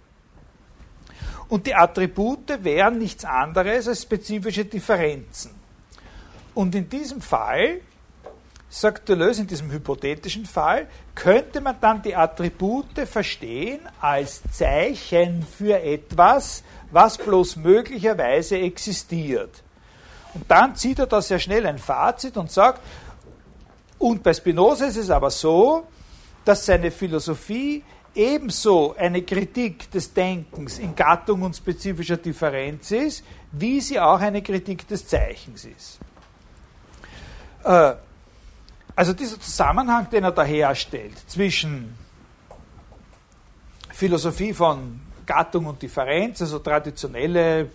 Und die Attribute wären nichts anderes als spezifische Differenzen. Und in diesem Fall, sagt Deleuze, in diesem hypothetischen Fall, könnte man dann die Attribute verstehen als Zeichen für etwas, was bloß möglicherweise existiert. Und dann zieht er da sehr schnell ein Fazit und sagt, und bei Spinoza ist es aber so, dass seine Philosophie ebenso eine Kritik des Denkens in Gattung und spezifischer Differenz ist, wie sie auch eine Kritik des Zeichens ist. Äh, Also dieser Zusammenhang, den er da herstellt zwischen Philosophie von Gattung und Differenz, also traditionelle,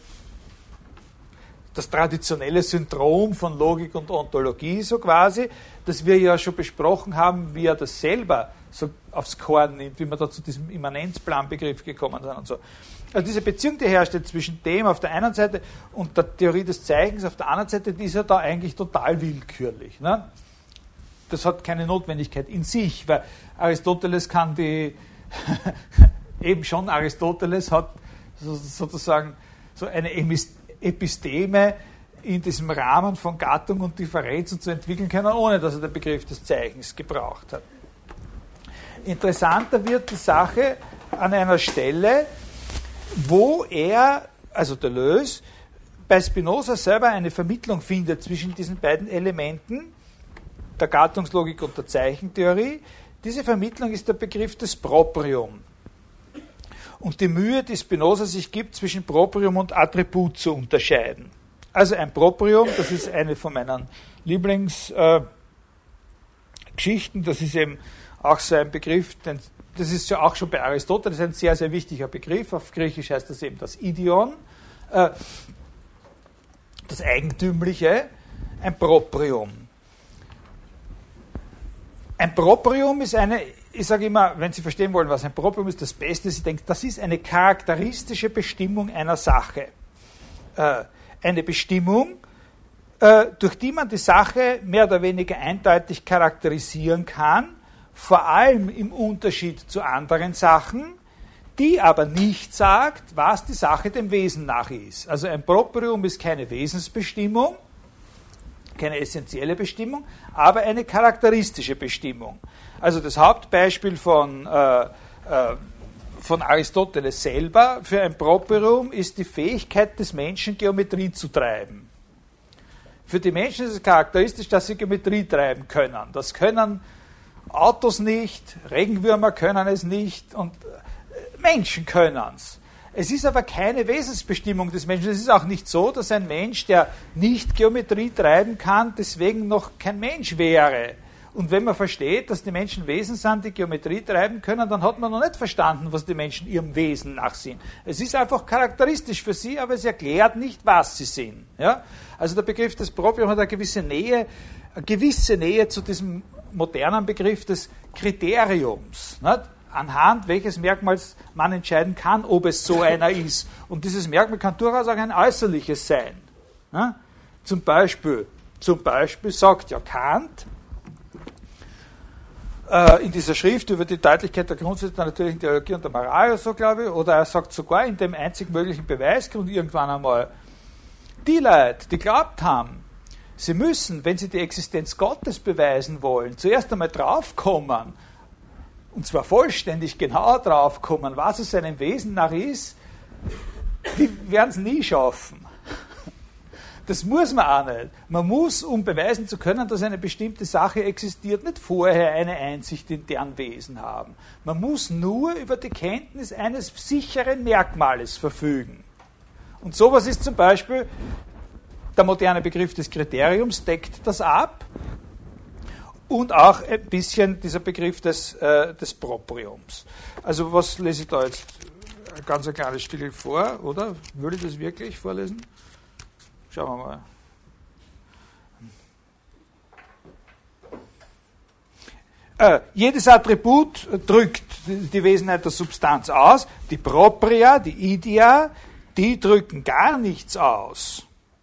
das traditionelle Syndrom von Logik und Ontologie so quasi, das wir ja schon besprochen haben, wie er das selber so aufs Korn nimmt, wie wir da zu diesem Immanenzplanbegriff gekommen sind und so. Also diese Beziehung, die herrscht zwischen dem auf der einen Seite und der Theorie des Zeichens auf der anderen Seite, die ist ja da eigentlich total willkürlich, ne? Das hat keine Notwendigkeit in sich, weil Aristoteles kann die, eben schon Aristoteles hat so, sozusagen so eine Episteme in diesem Rahmen von Gattung und Differenz und zu entwickeln können, ohne dass er den Begriff des Zeichens gebraucht hat. Interessanter wird die Sache an einer Stelle, wo er, also Deleuze, bei Spinoza selber eine Vermittlung findet zwischen diesen beiden Elementen, der Gattungslogik und der Zeichentheorie. Diese Vermittlung ist der Begriff des Proprium. Und die Mühe, die Spinoza sich gibt, zwischen Proprium und Attribut zu unterscheiden. Also ein Proprium, das ist eine von meinen Lieblingsgeschichten, äh, das ist eben auch so ein Begriff, denn das ist ja auch schon bei Aristoteles ein sehr, sehr wichtiger Begriff. Auf Griechisch heißt das eben das Idion, äh, das Eigentümliche, ein Proprium. Ein Proprium ist eine, ich sage immer, wenn Sie verstehen wollen, was ein Proprium ist, das Beste ist, ich denke, das ist eine charakteristische Bestimmung einer Sache. Äh, eine Bestimmung, äh, durch die man die Sache mehr oder weniger eindeutig charakterisieren kann, vor allem im Unterschied zu anderen Sachen, die aber nicht sagt, was die Sache dem Wesen nach ist. Also ein Proprium ist keine Wesensbestimmung, keine essentielle Bestimmung, aber eine charakteristische Bestimmung. Also das Hauptbeispiel von, äh, äh, von Aristoteles selber für ein Proprium ist die Fähigkeit des Menschen, Geometrie zu treiben. Für die Menschen ist es charakteristisch, dass sie Geometrie treiben können. Das können Autos nicht, Regenwürmer können es nicht und Menschen können es. Es ist aber keine Wesensbestimmung des Menschen. Es ist auch nicht so, dass ein Mensch, der nicht Geometrie treiben kann, deswegen noch kein Mensch wäre. Und wenn man versteht, dass die Menschen Wesen sind, die Geometrie treiben können, dann hat man noch nicht verstanden, was die Menschen ihrem Wesen nach sind. Es ist einfach charakteristisch für sie, aber es erklärt nicht, was sie sind. Ja? Also der Begriff des Proprium hat eine gewisse Nähe, eine gewisse Nähe zu diesem modernen Begriff des Kriteriums. Nicht? Anhand welches Merkmals man entscheiden kann, ob es so einer ist. Und dieses Merkmal kann durchaus auch ein äußerliches sein. Ja? Zum Beispiel, zum Beispiel sagt ja Kant äh, in dieser Schrift über die Deutlichkeit der Grundsätze der natürlichen Theologie und der Moral, so glaube ich, oder er sagt sogar in dem einzig möglichen Beweisgrund irgendwann einmal, die Leute, die glaubt haben, Sie müssen, wenn Sie die Existenz Gottes beweisen wollen, zuerst einmal draufkommen, und zwar vollständig genau draufkommen, was es seinem Wesen nach ist. Die werden es nie schaffen. Das muss man auch nicht. Man muss, um beweisen zu können, dass eine bestimmte Sache existiert, nicht vorher eine Einsicht in deren Wesen haben. Man muss nur über die Kenntnis eines sicheren Merkmales verfügen. Und sowas ist zum Beispiel, der moderne Begriff des Kriteriums deckt das ab und auch ein bisschen dieser Begriff des, äh, des Propriums. Also was lese ich da jetzt? Ein ganz kleines Stück vor, oder? Würde ich das wirklich vorlesen? Schauen wir mal. Äh, jedes Attribut drückt die Wesenheit der Substanz aus. Die Propria, die Idea, die drücken gar nichts aus.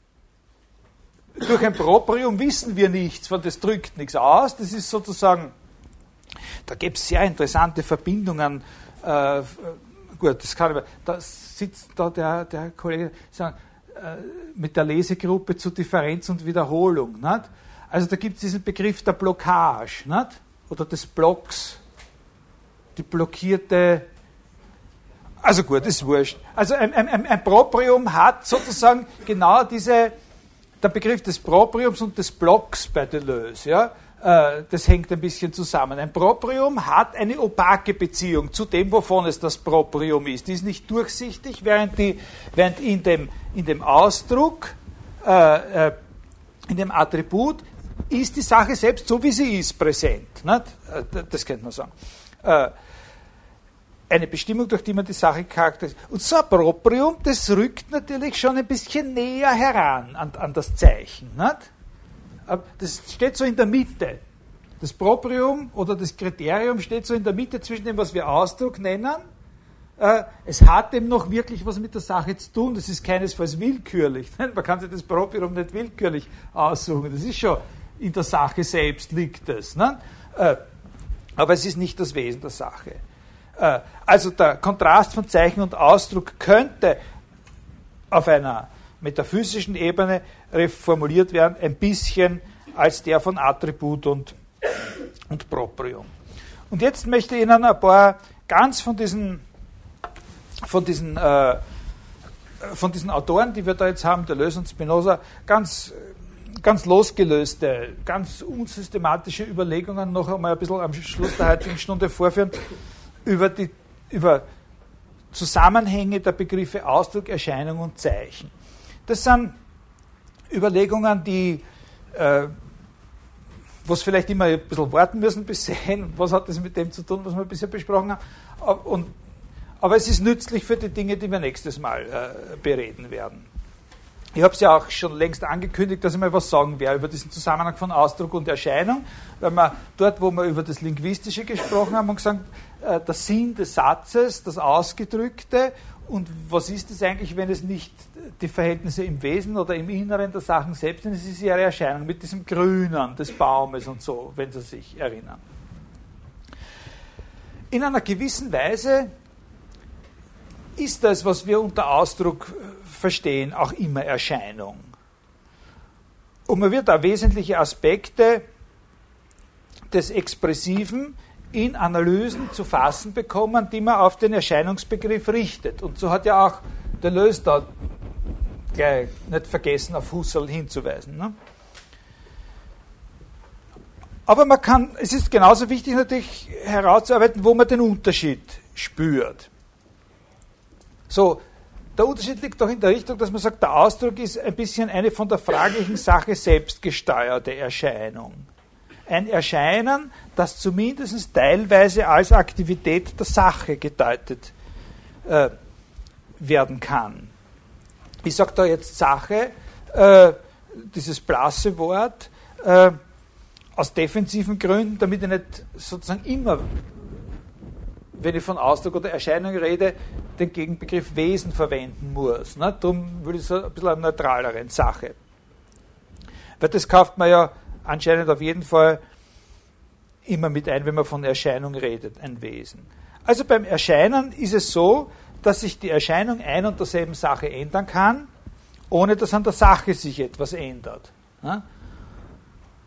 Durch ein Proprium wissen wir nichts, von das drückt nichts aus. Das ist sozusagen, da gibt es sehr interessante Verbindungen. Äh, gut, das kann ich, da sitzt da der, der Kollege, sagen, mit der Lesegruppe zu Differenz und Wiederholung. Nicht? Also da gibt es diesen Begriff der Blockage, nicht? Oder des Blocks, die blockierte, also gut, ist wurscht. Also ein, ein, ein Proprium hat sozusagen genau diese, der Begriff des Propriums und des Blocks bei Deleuze, ja, das hängt ein bisschen zusammen. Ein Proprium hat eine opake Beziehung zu dem, wovon es das Proprium ist. Die ist nicht durchsichtig, während, die, während in, dem, in dem Ausdruck, äh, in dem Attribut, ist die Sache selbst so, wie sie ist, präsent. Nicht? Das könnte man sagen. Äh, eine Bestimmung, durch die man die Sache charakterisiert. Und so ein Proprium, das rückt natürlich schon ein bisschen näher heran an, an das Zeichen. Nicht? Das steht so in der Mitte. Das Proprium oder das Kriterium steht so in der Mitte zwischen dem, was wir Ausdruck nennen. Es hat eben noch wirklich was mit der Sache zu tun. Das ist keinesfalls willkürlich. Man kann sich das Proprium nicht willkürlich aussuchen. Das ist schon in der Sache selbst liegt es. Aber es ist nicht das Wesen der Sache. Also der Kontrast von Zeichen und Ausdruck könnte auf einer metaphysischen Ebene reformuliert werden, ein bisschen als der von Attribut und, und Proprium. Und jetzt möchte ich Ihnen ein paar ganz von diesen, von diesen, äh, von diesen Autoren, die wir da jetzt haben, Deleuze und Spinoza, ganz, ganz losgelöste, ganz unsystematische Überlegungen noch einmal ein bisschen am Schluss der heutigen Stunde vorführen, über die über Zusammenhänge der Begriffe Ausdruck, Erscheinung und Zeichen. Das sind Überlegungen, die, äh, was vielleicht immer ein bisschen warten müssen bis sehen, was hat das mit dem zu tun, was wir bisher besprochen haben. Und, aber es ist nützlich für die Dinge, die wir nächstes Mal äh, bereden werden. Ich habe es ja auch schon längst angekündigt, dass ich mal was sagen werde über diesen Zusammenhang von Ausdruck und Erscheinung, weil wir dort, wo wir über das Linguistische gesprochen haben, haben gesagt, äh, der Sinn des Satzes, das Ausgedrückte. Und was ist es eigentlich, wenn es nicht die Verhältnisse im Wesen oder im Inneren der Sachen selbst sind? Es ist ihre Erscheinung mit diesem Grünen des Baumes und so, wenn Sie sich erinnern. In einer gewissen Weise ist das, was wir unter Ausdruck verstehen, auch immer Erscheinung. Und man wird da wesentliche Aspekte des Expressiven in Analysen zu fassen bekommen, die man auf den Erscheinungsbegriff richtet. Und so hat ja auch Deleuze da gleich nicht vergessen, auf Husserl hinzuweisen. Ne? Aber man kann, es ist genauso wichtig natürlich herauszuarbeiten, wo man den Unterschied spürt. So, der Unterschied liegt doch in der Richtung, dass man sagt, der Ausdruck ist ein bisschen eine von der fraglichen Sache selbst gesteuerte Erscheinung. Ein Erscheinen, das zumindest teilweise als Aktivität der Sache gedeutet äh, werden kann. Ich sage da jetzt Sache, äh, dieses blasse Wort, äh, aus defensiven Gründen, damit ich nicht sozusagen immer, wenn ich von Ausdruck oder Erscheinung rede, den Gegenbegriff Wesen verwenden muss. Ne? Darum würde ich so ein bisschen eine neutralere Sache. Weil das kauft man ja anscheinend auf jeden Fall immer mit ein, wenn man von Erscheinung redet, ein Wesen. Also beim Erscheinen ist es so, dass sich die Erscheinung ein und derselben Sache ändern kann, ohne dass an der Sache sich etwas ändert.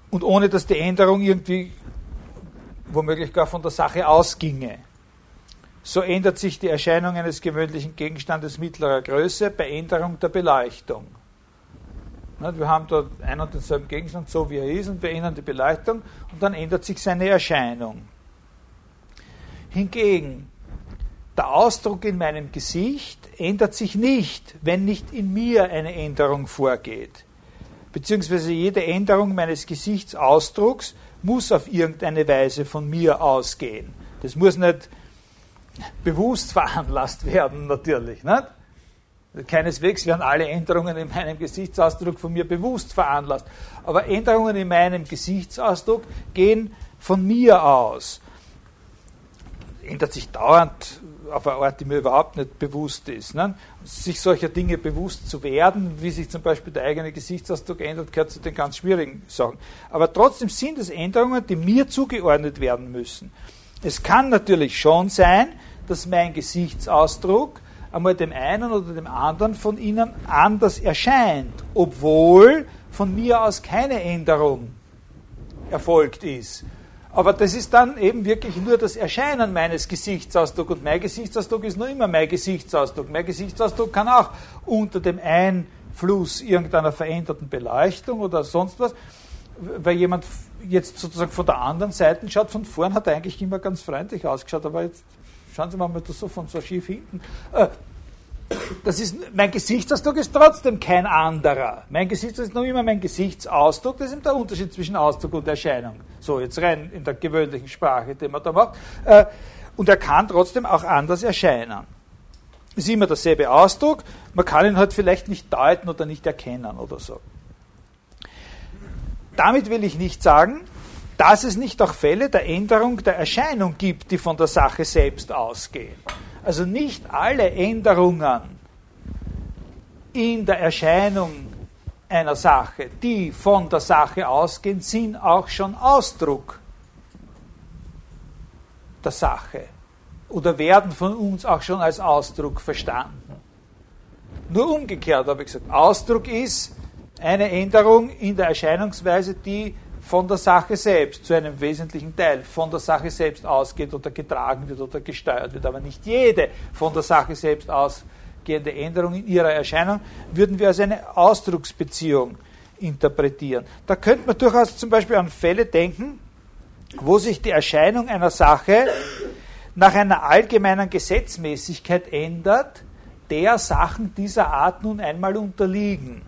und ohne dass die Änderung irgendwie womöglich gar von der Sache ausginge. So ändert sich die Erscheinung eines gewöhnlichen Gegenstandes mittlerer Größe bei Änderung der Beleuchtung. Wir haben dort einen und denselben Gegenstand, so wie er ist, und wir ändern die Beleuchtung und dann ändert sich seine Erscheinung. Hingegen, der Ausdruck in meinem Gesicht ändert sich nicht, wenn nicht in mir eine Änderung vorgeht. Beziehungsweise jede Änderung meines Gesichtsausdrucks muss auf irgendeine Weise von mir ausgehen. Das muss nicht bewusst veranlasst werden, natürlich, nicht? Keineswegs werden alle Änderungen in meinem Gesichtsausdruck von mir bewusst veranlasst. Aber Änderungen in meinem Gesichtsausdruck gehen von mir aus. Ändert sich dauernd auf eine Art, die mir überhaupt nicht bewusst ist. Ne? Sich solcher Dinge bewusst zu werden, wie sich zum Beispiel der eigene Gesichtsausdruck ändert, gehört zu den ganz schwierigen Sachen. Aber trotzdem sind es Änderungen, die mir zugeordnet werden müssen. Es kann natürlich schon sein, dass mein Gesichtsausdruck einmal dem einen oder dem anderen von Ihnen anders erscheint, obwohl von mir aus keine Änderung erfolgt ist. Aber das ist dann eben wirklich nur das Erscheinen meines Gesichtsausdrucks und mein Gesichtsausdruck ist nur immer mein Gesichtsausdruck. Mein Gesichtsausdruck kann auch unter dem Einfluss irgendeiner veränderten Beleuchtung oder sonst was, weil jemand jetzt sozusagen von der anderen Seite schaut, von vorn hat er eigentlich immer ganz freundlich ausgeschaut, aber jetzt schauen Sie mal, mal das so von so schief hinten. Das ist, mein Gesichtsausdruck ist trotzdem kein anderer. Mein Gesichtsausdruck ist noch immer mein Gesichtsausdruck. Das ist eben der Unterschied zwischen Ausdruck und Erscheinung. So, jetzt rein in der gewöhnlichen Sprache, die man da macht. Und er kann trotzdem auch anders erscheinen. Es ist immer derselbe Ausdruck. Man kann ihn halt vielleicht nicht deuten oder nicht erkennen oder so. Damit will ich nicht sagen, dass es nicht auch Fälle der Änderung der Erscheinung gibt, die von der Sache selbst ausgehen. Also nicht alle Änderungen in der Erscheinung einer Sache, die von der Sache ausgehen, sind auch schon Ausdruck der Sache oder werden von uns auch schon als Ausdruck verstanden. Nur umgekehrt habe ich gesagt, Ausdruck ist eine Änderung in der Erscheinungsweise, die von der Sache selbst, zu einem wesentlichen Teil, von der Sache selbst ausgeht oder getragen wird oder gesteuert wird. Aber nicht jede von der Sache selbst ausgehende Änderung in ihrer Erscheinung würden wir als eine Ausdrucksbeziehung interpretieren. Da könnte man durchaus zum Beispiel an Fälle denken, wo sich die Erscheinung einer Sache nach einer allgemeinen Gesetzmäßigkeit ändert, der Sachen dieser Art nun einmal unterliegen.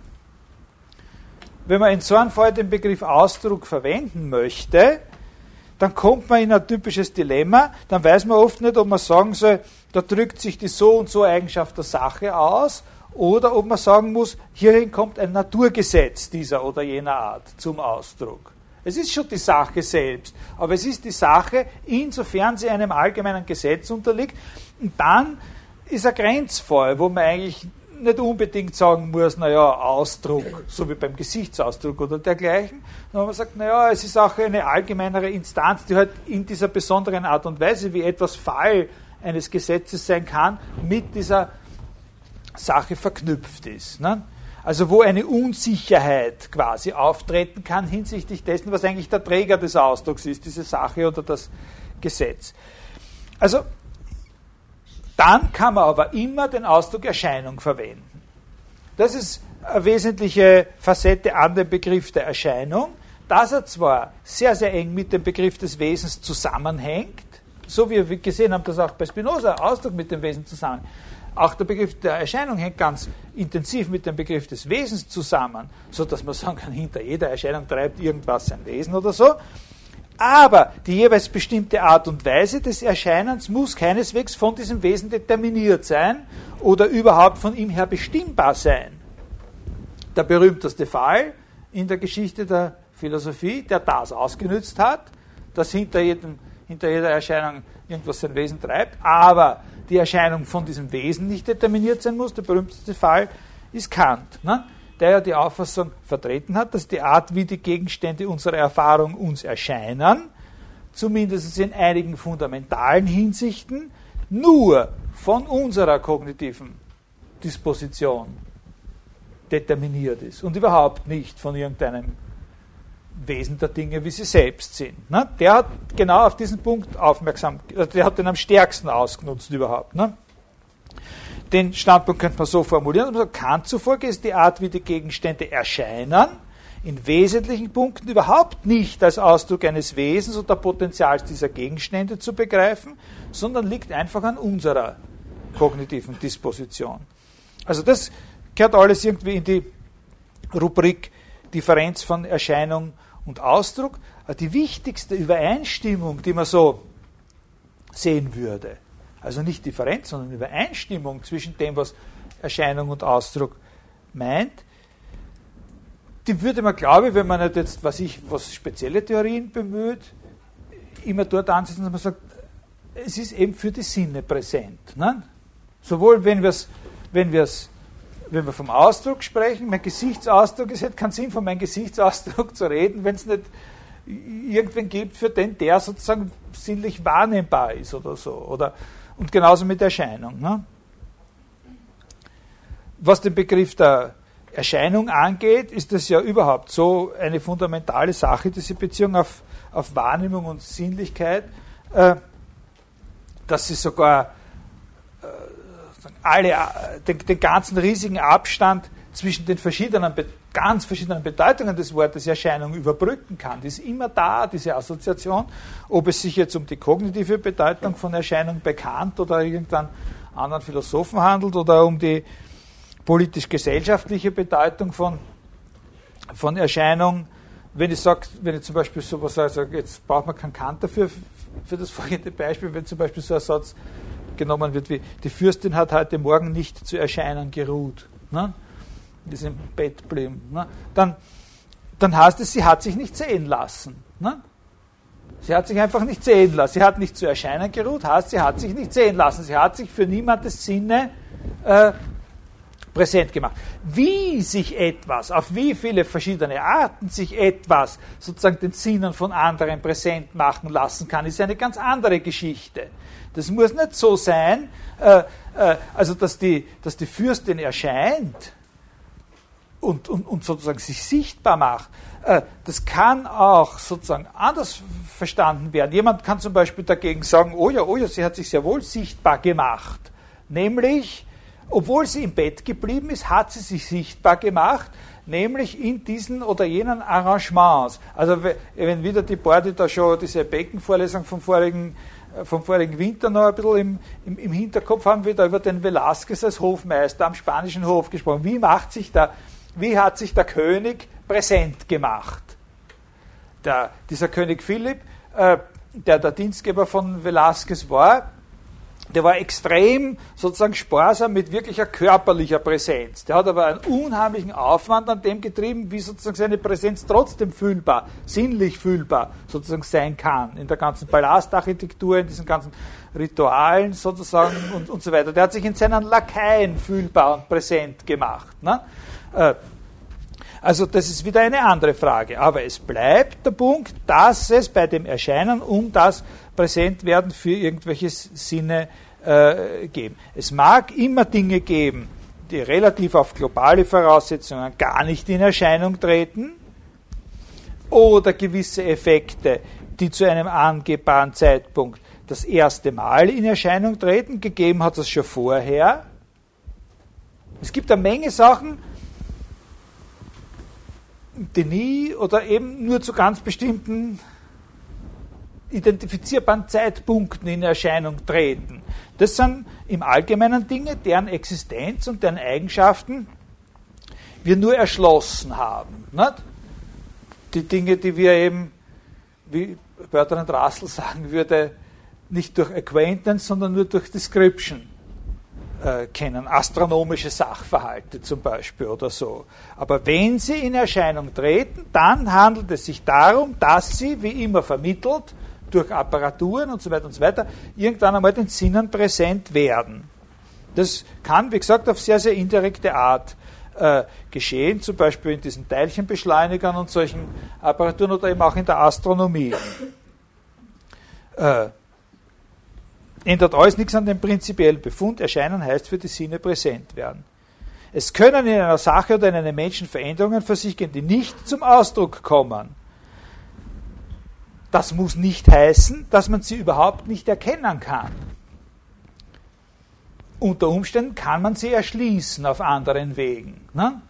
Wenn man in so einem Fall den Begriff Ausdruck verwenden möchte, dann kommt man in ein typisches Dilemma, dann weiß man oft nicht, ob man sagen soll, da drückt sich die so und so Eigenschaft der Sache aus, oder ob man sagen muss, hierin kommt ein Naturgesetz dieser oder jener Art zum Ausdruck. Es ist schon die Sache selbst, aber es ist die Sache, insofern sie einem allgemeinen Gesetz unterliegt, und dann ist ein Grenzfall, wo man eigentlich nicht unbedingt sagen muss, naja, Ausdruck, so wie beim Gesichtsausdruck oder dergleichen, sondern man sagt, naja, es ist auch eine allgemeinere Instanz, die halt in dieser besonderen Art und Weise, wie etwas Fall eines Gesetzes sein kann, mit dieser Sache verknüpft ist. Ne? Also wo eine Unsicherheit quasi auftreten kann hinsichtlich dessen, was eigentlich der Träger des Ausdrucks ist, diese Sache oder das Gesetz. Also dann kann man aber immer den Ausdruck Erscheinung verwenden. Das ist eine wesentliche Facette an dem Begriff der Erscheinung, dass er zwar sehr, sehr eng mit dem Begriff des Wesens zusammenhängt, so wie wir gesehen haben, dass auch bei Spinoza Ausdruck mit dem Wesen zusammenhängt. Auch der Begriff der Erscheinung hängt ganz intensiv mit dem Begriff des Wesens zusammen, sodass man sagen kann, hinter jeder Erscheinung treibt irgendwas sein Wesen oder so. Aber die jeweils bestimmte Art und Weise des Erscheinens muss keineswegs von diesem Wesen determiniert sein oder überhaupt von ihm her bestimmbar sein. Der berühmteste Fall in der Geschichte der Philosophie, der das ausgenützt hat, dass hinter, jedem, hinter jeder Erscheinung irgendwas sein Wesen treibt, aber die Erscheinung von diesem Wesen nicht determiniert sein muss, der berühmteste Fall ist Kant, ne? Der ja die Auffassung vertreten hat, dass die Art, wie die Gegenstände unserer Erfahrung uns erscheinen, zumindest in einigen fundamentalen Hinsichten, nur von unserer kognitiven Disposition determiniert ist und überhaupt nicht von irgendeinem Wesen der Dinge, wie sie selbst sind. Ne? Der hat genau auf diesen Punkt aufmerksam, der hat den am stärksten ausgenutzt überhaupt. Ne? Den Standpunkt könnte man so formulieren, also Kant zufolge ist die Art, wie die Gegenstände erscheinen, in wesentlichen Punkten überhaupt nicht als Ausdruck eines Wesens oder Potenzials dieser Gegenstände zu begreifen, sondern liegt einfach an unserer kognitiven Disposition. Also das gehört alles irgendwie in die Rubrik Differenz von Erscheinung und Ausdruck. Die wichtigste Übereinstimmung, die man so sehen würde, also nicht Differenz, sondern Übereinstimmung zwischen dem, was Erscheinung und Ausdruck meint, die würde man, glaube ich, wenn man nicht jetzt, was ich, was spezielle Theorien bemüht, immer dort ansetzen, dass man sagt, es ist eben für die Sinne präsent. Ne? Sowohl wenn wir es, wenn wir es, wenn wir vom Ausdruck sprechen, mein Gesichtsausdruck, es hat keinen Sinn, von meinem Gesichtsausdruck zu reden, wenn es nicht irgendwen gibt, für den der sozusagen sinnlich wahrnehmbar ist oder so. Oder, und genauso mit Erscheinung. Ne? Was den Begriff der Erscheinung angeht, ist das ja überhaupt so eine fundamentale Sache, diese Beziehung auf, auf Wahrnehmung und Sinnlichkeit, äh, dass sie sogar äh, alle, den, den ganzen riesigen Abstand zwischen den verschiedenen, ganz verschiedenen Bedeutungen des Wortes Erscheinung überbrücken kann. Die ist immer da, diese Assoziation, ob es sich jetzt um die kognitive Bedeutung von Erscheinung bei Kant oder irgendeinen anderen Philosophen handelt oder um die politisch-gesellschaftliche Bedeutung von, von Erscheinung. Wenn ich sage, wenn ich zum Beispiel sowas sage, jetzt braucht man keinen Kant dafür, für das folgende Beispiel, wenn zum Beispiel so ein Satz genommen wird wie, die Fürstin hat heute Morgen nicht zu erscheinen geruht, ne? Die ist im Bett geblieben, ne? dann, dann heißt es, sie hat sich nicht sehen lassen. Ne? Sie hat sich einfach nicht sehen lassen. Sie hat nicht zu erscheinen geruht, heißt, sie hat sich nicht sehen lassen. Sie hat sich für niemandes Sinne äh, präsent gemacht. Wie sich etwas, auf wie viele verschiedene Arten sich etwas sozusagen den Sinnen von anderen präsent machen lassen kann, ist eine ganz andere Geschichte. Das muss nicht so sein, äh, äh, also dass die, dass die Fürstin erscheint und, und, und sozusagen sich sichtbar macht. Äh, das kann auch sozusagen anders verstanden werden. Jemand kann zum Beispiel dagegen sagen, oh ja, oh ja, sie hat sich sehr wohl sichtbar gemacht. Nämlich, obwohl sie im Bett geblieben ist, hat sie sich sichtbar gemacht, nämlich in diesen oder jenen Arrangements. Also wenn wieder die Bordi da schon diese Beckenvorlesung vom vorigen, vom vorigen Winter noch ein bisschen im, im, im Hinterkopf haben, wir da über den Velázquez als Hofmeister am spanischen Hof gesprochen. Wie macht sich der, wie hat sich der König präsent gemacht? Der, dieser König Philipp, äh, der der Dienstgeber von Velázquez war, der war extrem sozusagen sparsam mit wirklicher körperlicher Präsenz. Der hat aber einen unheimlichen Aufwand an dem getrieben, wie sozusagen seine Präsenz trotzdem fühlbar, sinnlich fühlbar sozusagen sein kann. In der ganzen Palastarchitektur, in diesen ganzen Ritualen sozusagen und, und so weiter. Der hat sich in seinen Lakaien fühlbar und präsent gemacht. Ne? Also das ist wieder eine andere Frage. Aber es bleibt der Punkt, dass es bei dem Erscheinen um das Präsentwerden für irgendwelche Sinne äh, geben. Es mag immer Dinge geben, die relativ auf globale Voraussetzungen gar nicht in Erscheinung treten oder gewisse Effekte, die zu einem angebbaren Zeitpunkt das erste Mal in Erscheinung treten. Gegeben hat es schon vorher. Es gibt eine Menge Sachen, die nie oder eben nur zu ganz bestimmten identifizierbaren Zeitpunkten in Erscheinung treten. Das sind im Allgemeinen Dinge, deren Existenz und deren Eigenschaften wir nur erschlossen haben. Nicht? Die Dinge, die wir eben, wie Bertrand Russell sagen würde, nicht durch Acquaintance, sondern nur durch Description äh, kennen. Astronomische Sachverhalte zum Beispiel oder so. Aber wenn sie in Erscheinung treten, dann handelt es sich darum, dass sie, wie immer vermittelt, durch Apparaturen und so weiter und so weiter, irgendwann einmal den Sinnen präsent werden. Das kann, wie gesagt, auf sehr, sehr indirekte Art äh, geschehen, zum Beispiel in diesen Teilchenbeschleunigern und solchen Apparaturen oder eben auch in der Astronomie. Äh, ändert alles nichts an dem prinzipiellen Befund. Erscheinen heißt für die Sinne präsent werden. Es können in einer Sache oder in einem Menschen Veränderungen für sich gehen, die nicht zum Ausdruck kommen, Das muss nicht heißen, dass man sie überhaupt nicht erkennen kann. Unter Umständen kann man sie erschließen auf anderen Wegen. Ne?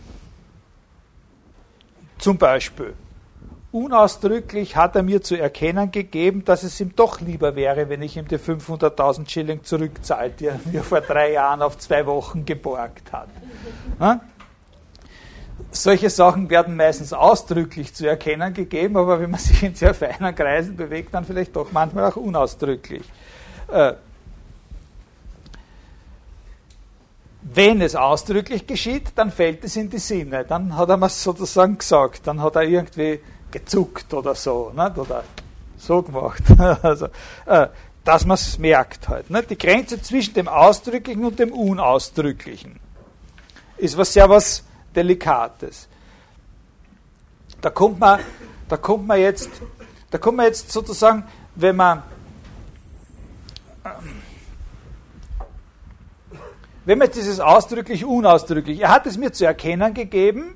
Zum Beispiel, unausdrücklich hat er mir zu erkennen gegeben, dass es ihm doch lieber wäre, wenn ich ihm die fünfhunderttausend Schilling zurückzahle, die er mir vor drei Jahren auf zwei Wochen geborgt hat. Ne? Solche Sachen werden meistens ausdrücklich zu erkennen gegeben, aber wenn man sich in sehr feinen Kreisen bewegt, dann vielleicht doch manchmal auch unausdrücklich. Äh, wenn es ausdrücklich geschieht, dann fällt es in die Sinne. Dann hat er mir sozusagen gesagt, dann hat er irgendwie gezuckt oder so, nicht? Oder so gemacht. Also, äh, dass man es merkt halt. Nicht? Die Grenze zwischen dem Ausdrücklichen und dem Unausdrücklichen ist was sehr was Delikates. Da kommt man, da kommt man jetzt, da kommt man jetzt sozusagen, wenn man, wenn man jetzt dieses ausdrücklich, unausdrücklich, er hat es mir zu erkennen gegeben,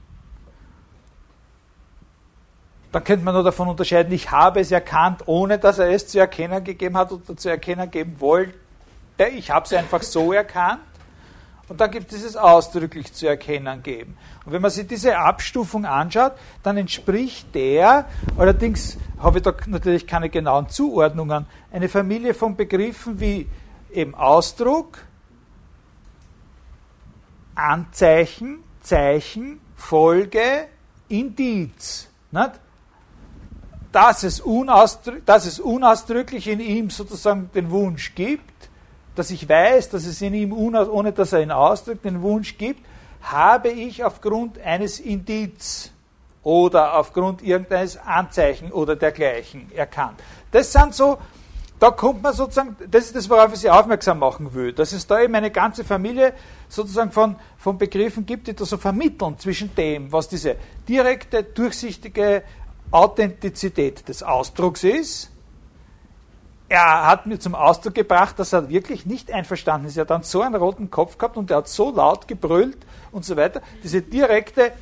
dann könnte man nur davon unterscheiden, ich habe es erkannt, ohne dass er es zu erkennen gegeben hat oder zu erkennen geben wollte. Ich habe es einfach so erkannt. Und dann gibt es dieses ausdrücklich zu erkennen geben. Und wenn man sich diese Abstufung anschaut, dann entspricht der, allerdings habe ich da natürlich keine genauen Zuordnungen, eine Familie von Begriffen wie eben Ausdruck, Anzeichen, Zeichen, Folge, Indiz. Nicht? Dass es, unausdrück, dass es unausdrücklich in ihm sozusagen den Wunsch gibt, dass ich weiß, dass es in ihm, ohne dass er ihn ausdrückt, den Wunsch gibt, habe ich aufgrund eines Indiz oder aufgrund irgendeines Anzeichen oder dergleichen erkannt. Das sind so, da kommt man sozusagen, das ist das, worauf ich Sie aufmerksam machen will, dass es da eben eine ganze Familie sozusagen von, von Begriffen gibt, die da so vermitteln zwischen dem, was diese direkte, durchsichtige Authentizität des Ausdrucks ist. Er hat mir zum Ausdruck gebracht, dass er wirklich nicht einverstanden ist. Er hat dann so einen roten Kopf gehabt und er hat so laut gebrüllt und so weiter. Diese direkte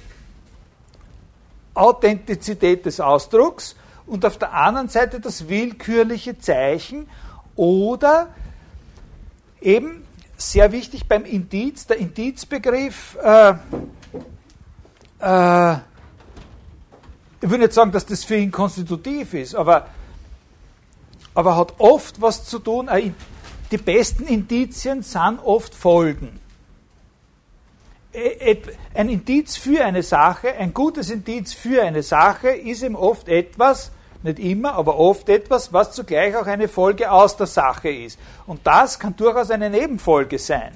Authentizität des Ausdrucks und auf der anderen Seite das willkürliche Zeichen oder eben, sehr wichtig beim Indiz, der Indizbegriff, äh, äh, ich will nicht sagen, dass das für ihn konstitutiv ist, aber aber hat oft was zu tun, die besten Indizien sind oft Folgen. Ein Indiz für eine Sache, ein gutes Indiz für eine Sache ist eben oft etwas, nicht immer, aber oft etwas, was zugleich auch eine Folge aus der Sache ist. Und das kann durchaus eine Nebenfolge sein.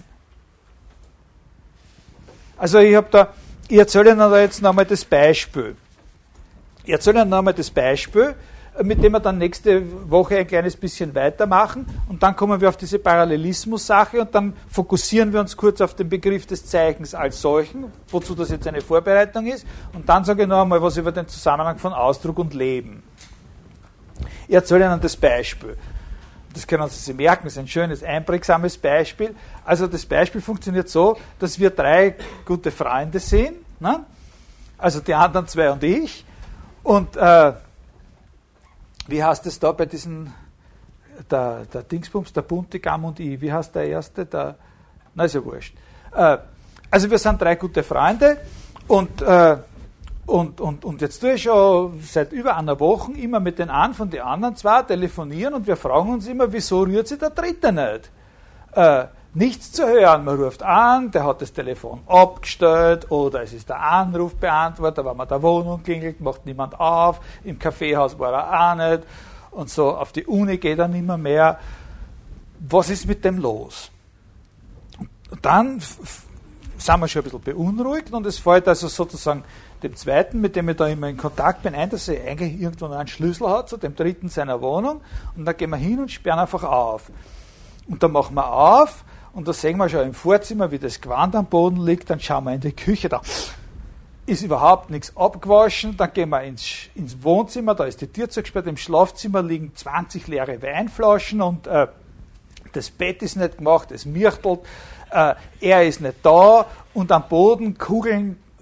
Also ich habe da, ich erzähle Ihnen da jetzt nochmal das Beispiel. Ich erzähle Ihnen nochmal das Beispiel, mit dem wir dann nächste Woche ein kleines bisschen weitermachen und dann kommen wir auf diese Parallelismus-Sache und dann fokussieren wir uns kurz auf den Begriff des Zeichens als solchen, wozu das jetzt eine Vorbereitung ist, und dann sage ich noch einmal was über den Zusammenhang von Ausdruck und Leben. Ich erzähle Ihnen das Beispiel. Das können Sie sich merken, das ist ein schönes, einprägsames Beispiel. Also das Beispiel funktioniert so, dass wir drei gute Freunde sind, ne? Also die anderen zwei und ich, und äh, wie heißt es da bei diesen, der, der Dingsbums, der Buntigam und ich, wie heißt der erste? Der, na, ist ja wurscht. Äh, also wir sind drei gute Freunde und, äh, und, und, und jetzt tue ich schon seit über einer Woche immer mit den einen von den anderen zwei telefonieren und wir fragen uns immer, wieso rührt sich der Dritte nicht? Äh, nichts zu hören, man ruft an, der hat das Telefon abgestellt oder es ist der Anrufbeantworter, wenn man der Wohnung klingelt, macht niemand auf, im Kaffeehaus war er auch nicht und so, auf die Uni geht er nicht mehr mehr. Was ist mit dem los? Und dann sind wir schon ein bisschen beunruhigt und es fällt also sozusagen dem Zweiten, mit dem ich da immer in Kontakt bin, ein, dass er eigentlich irgendwo noch einen Schlüssel hat zu dem Dritten seiner Wohnung und dann gehen wir hin und sperren einfach auf. Und dann machen wir auf und da sehen wir schon im Vorzimmer, wie das Gewand am Boden liegt, dann schauen wir in die Küche, da ist überhaupt nichts abgewaschen, dann gehen wir ins, ins Wohnzimmer, da ist die Tür zugesperrt, im Schlafzimmer liegen zwanzig leere Weinflaschen und äh, das Bett ist nicht gemacht, es mirchtelt, äh, er ist nicht da und am Boden kugeln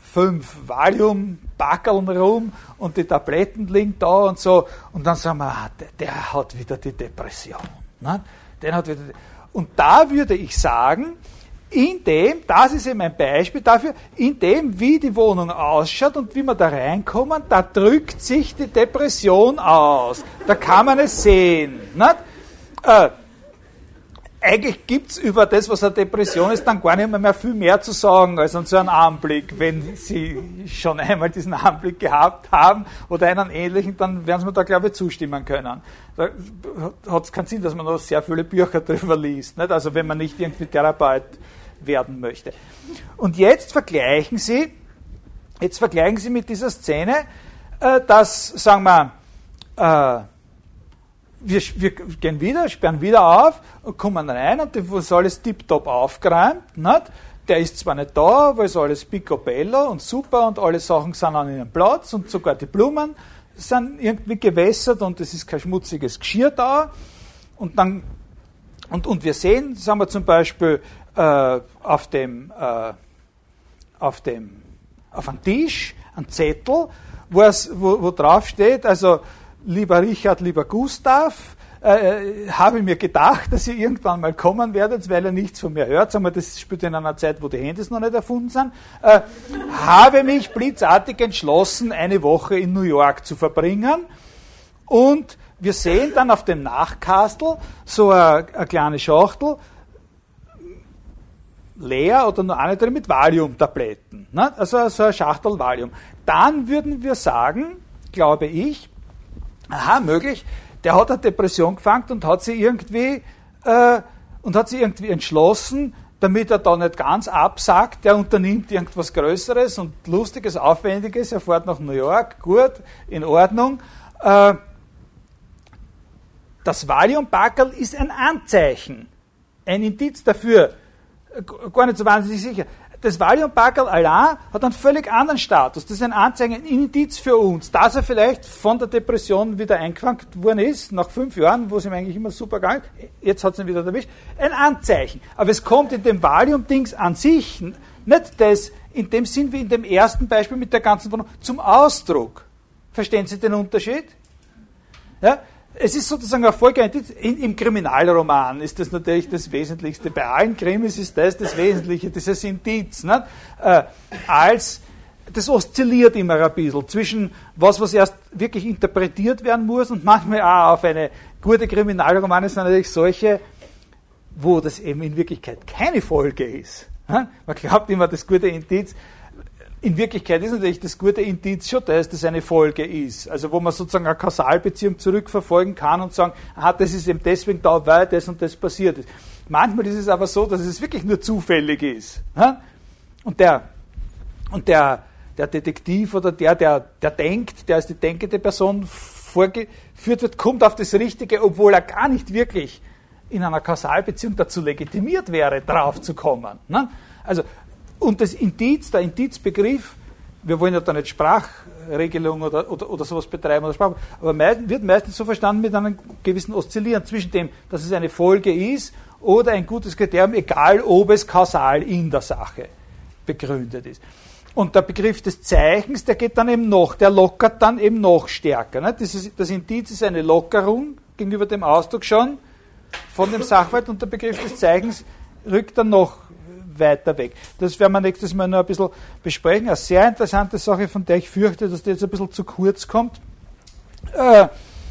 fünf Valium-Backeln rum und die Tabletten liegen da und so. Und dann sagen wir, ah, der, der hat wieder die Depression. Ne? Den hat wieder die. Und da würde ich sagen, in dem, das ist eben ein Beispiel dafür, in dem, wie die Wohnung ausschaut und wie wir da reinkommen, da drückt sich die Depression aus. Da kann man es sehen. Nicht? Äh, eigentlich gibt es über das, was eine Depression ist, dann gar nicht mehr, mehr viel mehr zu sagen als an so einen Anblick. Wenn Sie schon einmal diesen Anblick gehabt haben oder einen ähnlichen, dann werden Sie mir da, glaube ich, zustimmen können. Da hat es keinen Sinn, dass man noch sehr viele Bücher darüber liest. Nicht? Also wenn man nicht irgendwie Therapeut werden möchte. Und jetzt vergleichen Sie, jetzt vergleichen Sie mit dieser Szene, äh, dass, sagen wir, äh, Wir, wir gehen wieder, sperren wieder auf und kommen rein und das ist alles tiptop aufgeräumt. Nicht? Der ist zwar nicht da, aber ist alles picobello und super und alle Sachen sind an ihrem Platz und sogar die Blumen sind irgendwie gewässert und es ist kein schmutziges Geschirr da. Und, dann, und, und wir sehen, sagen wir zum Beispiel, äh, auf dem, äh, auf dem, auf einem Tisch, ein Zettel, wo, es, wo, wo drauf steht, also, lieber Richard, lieber Gustav, äh, habe ich mir gedacht, dass ihr irgendwann mal kommen werdet, weil ihr nichts von mir hört. Sagen wir, das spielt in einer Zeit, wo die Handys noch nicht erfunden sind. Äh, habe mich blitzartig entschlossen, eine Woche in New York zu verbringen. Und wir sehen dann auf dem Nachkastel so eine, eine kleine Schachtel, leer oder nur eine drin mit Valium-Tabletten. Ne? Also so eine Schachtel Valium. Dann würden wir sagen, glaube ich, aha, möglich, der hat eine Depression gefangen und hat sie irgendwie äh, und hat sie irgendwie entschlossen, damit er da nicht ganz absackt, der unternimmt irgendwas Größeres und Lustiges, Aufwendiges, er fährt nach New York, gut, in Ordnung. Äh, das Valium-Packerl ist ein Anzeichen, ein Indiz dafür, gar nicht so wahnsinnig sicher. Das Valium-Packerl allein hat einen völlig anderen Status. Das ist ein Anzeichen, ein Indiz für uns, dass er vielleicht von der Depression wieder eingefangen worden ist, nach fünf Jahren, wo es ihm eigentlich immer super gegangen ist, jetzt hat es ihn wieder erwischt, ein Anzeichen. Aber es kommt in dem Valium-Dings an sich, nicht das, in dem Sinn wie in dem ersten Beispiel mit der ganzen Wohnung, zum Ausdruck. Verstehen Sie den Unterschied? Ja? Es ist sozusagen ein Folgeindiz. Im Kriminalroman ist das natürlich das Wesentlichste. Bei allen Krimis ist das das Wesentliche, dieses Indiz. Ne? Äh, als, das oszilliert immer ein bisschen zwischen was, was erst wirklich interpretiert werden muss und manchmal auch auf eine gute Kriminalromane sind natürlich solche, wo das eben in Wirklichkeit keine Folge ist. Ne? Man glaubt immer, das gute Indiz. In Wirklichkeit ist natürlich das gute Indiz schon, dass das eine Folge ist. Also wo man sozusagen eine Kausalbeziehung zurückverfolgen kann und sagen, aha, das ist eben deswegen da, weil das und das passiert ist. Manchmal ist es aber so, dass es wirklich nur zufällig ist. Und der, und der, der Detektiv oder der, der, der denkt, der als die denkende Person vorgeführt wird, kommt auf das Richtige, obwohl er gar nicht wirklich in einer Kausalbeziehung dazu legitimiert wäre, drauf zu kommen. Also, und das Indiz, der Indizbegriff, wir wollen ja da nicht Sprachregelung oder, oder, oder sowas betreiben, oder Sprach, aber meist, wird meistens so verstanden mit einem gewissen Oszillieren zwischen dem, dass es eine Folge ist oder ein gutes Kriterium, egal ob es kausal in der Sache begründet ist. Und der Begriff des Zeichens, der geht dann eben noch, der lockert dann eben noch stärker. Ne? Das, ist, das Indiz ist eine Lockerung gegenüber dem Ausdruck schon von dem Sachverhalt und der Begriff des Zeichens rückt dann noch weiter weg. Das werden wir nächstes Mal noch ein bisschen besprechen. Eine sehr interessante Sache, von der ich fürchte, dass die jetzt ein bisschen zu kurz kommt. Äh,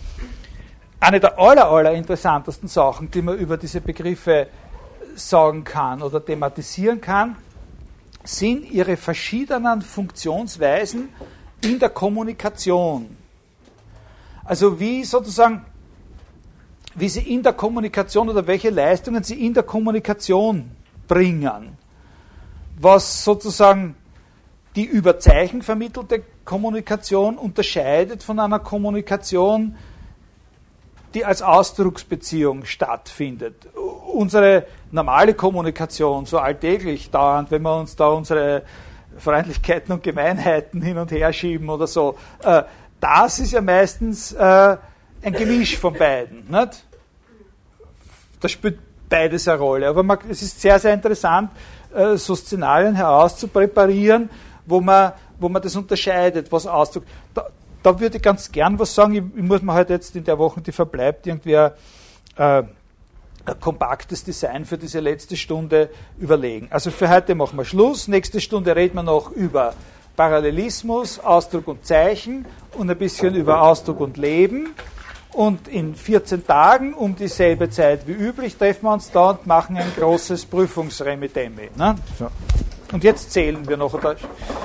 eine der aller, aller interessantesten Sachen, die man über diese Begriffe sagen kann oder thematisieren kann, sind ihre verschiedenen Funktionsweisen in der Kommunikation. Also wie sozusagen, wie sie in der Kommunikation oder welche Leistungen sie in der Kommunikation bringen, was sozusagen die über Zeichen vermittelte Kommunikation unterscheidet von einer Kommunikation, die als Ausdrucksbeziehung stattfindet. Unsere normale Kommunikation, so alltäglich dauernd, wenn wir uns da unsere Freundlichkeiten und Gemeinheiten hin und her schieben oder so, äh, das ist ja meistens äh, ein Gemisch von beiden. Nicht? Das spielt beides eine Rolle. Aber man, es ist sehr, sehr interessant, äh, so Szenarien herauszupräparieren, wo man, wo man das unterscheidet, was Ausdruck. Da, da würde ich ganz gern was sagen. Ich, ich muss mir halt jetzt in der Woche, die verbleibt, irgendwie äh, ein kompaktes Design für diese letzte Stunde überlegen. Also für heute machen wir Schluss. Nächste Stunde reden wir noch über Parallelismus, Ausdruck und Zeichen und ein bisschen über Ausdruck und Leben. Und in vierzehn Tagen um dieselbe Zeit wie üblich treffen wir uns da und machen ein großes Prüfungsremitemme. Ne? So. Und jetzt zählen wir noch. Oder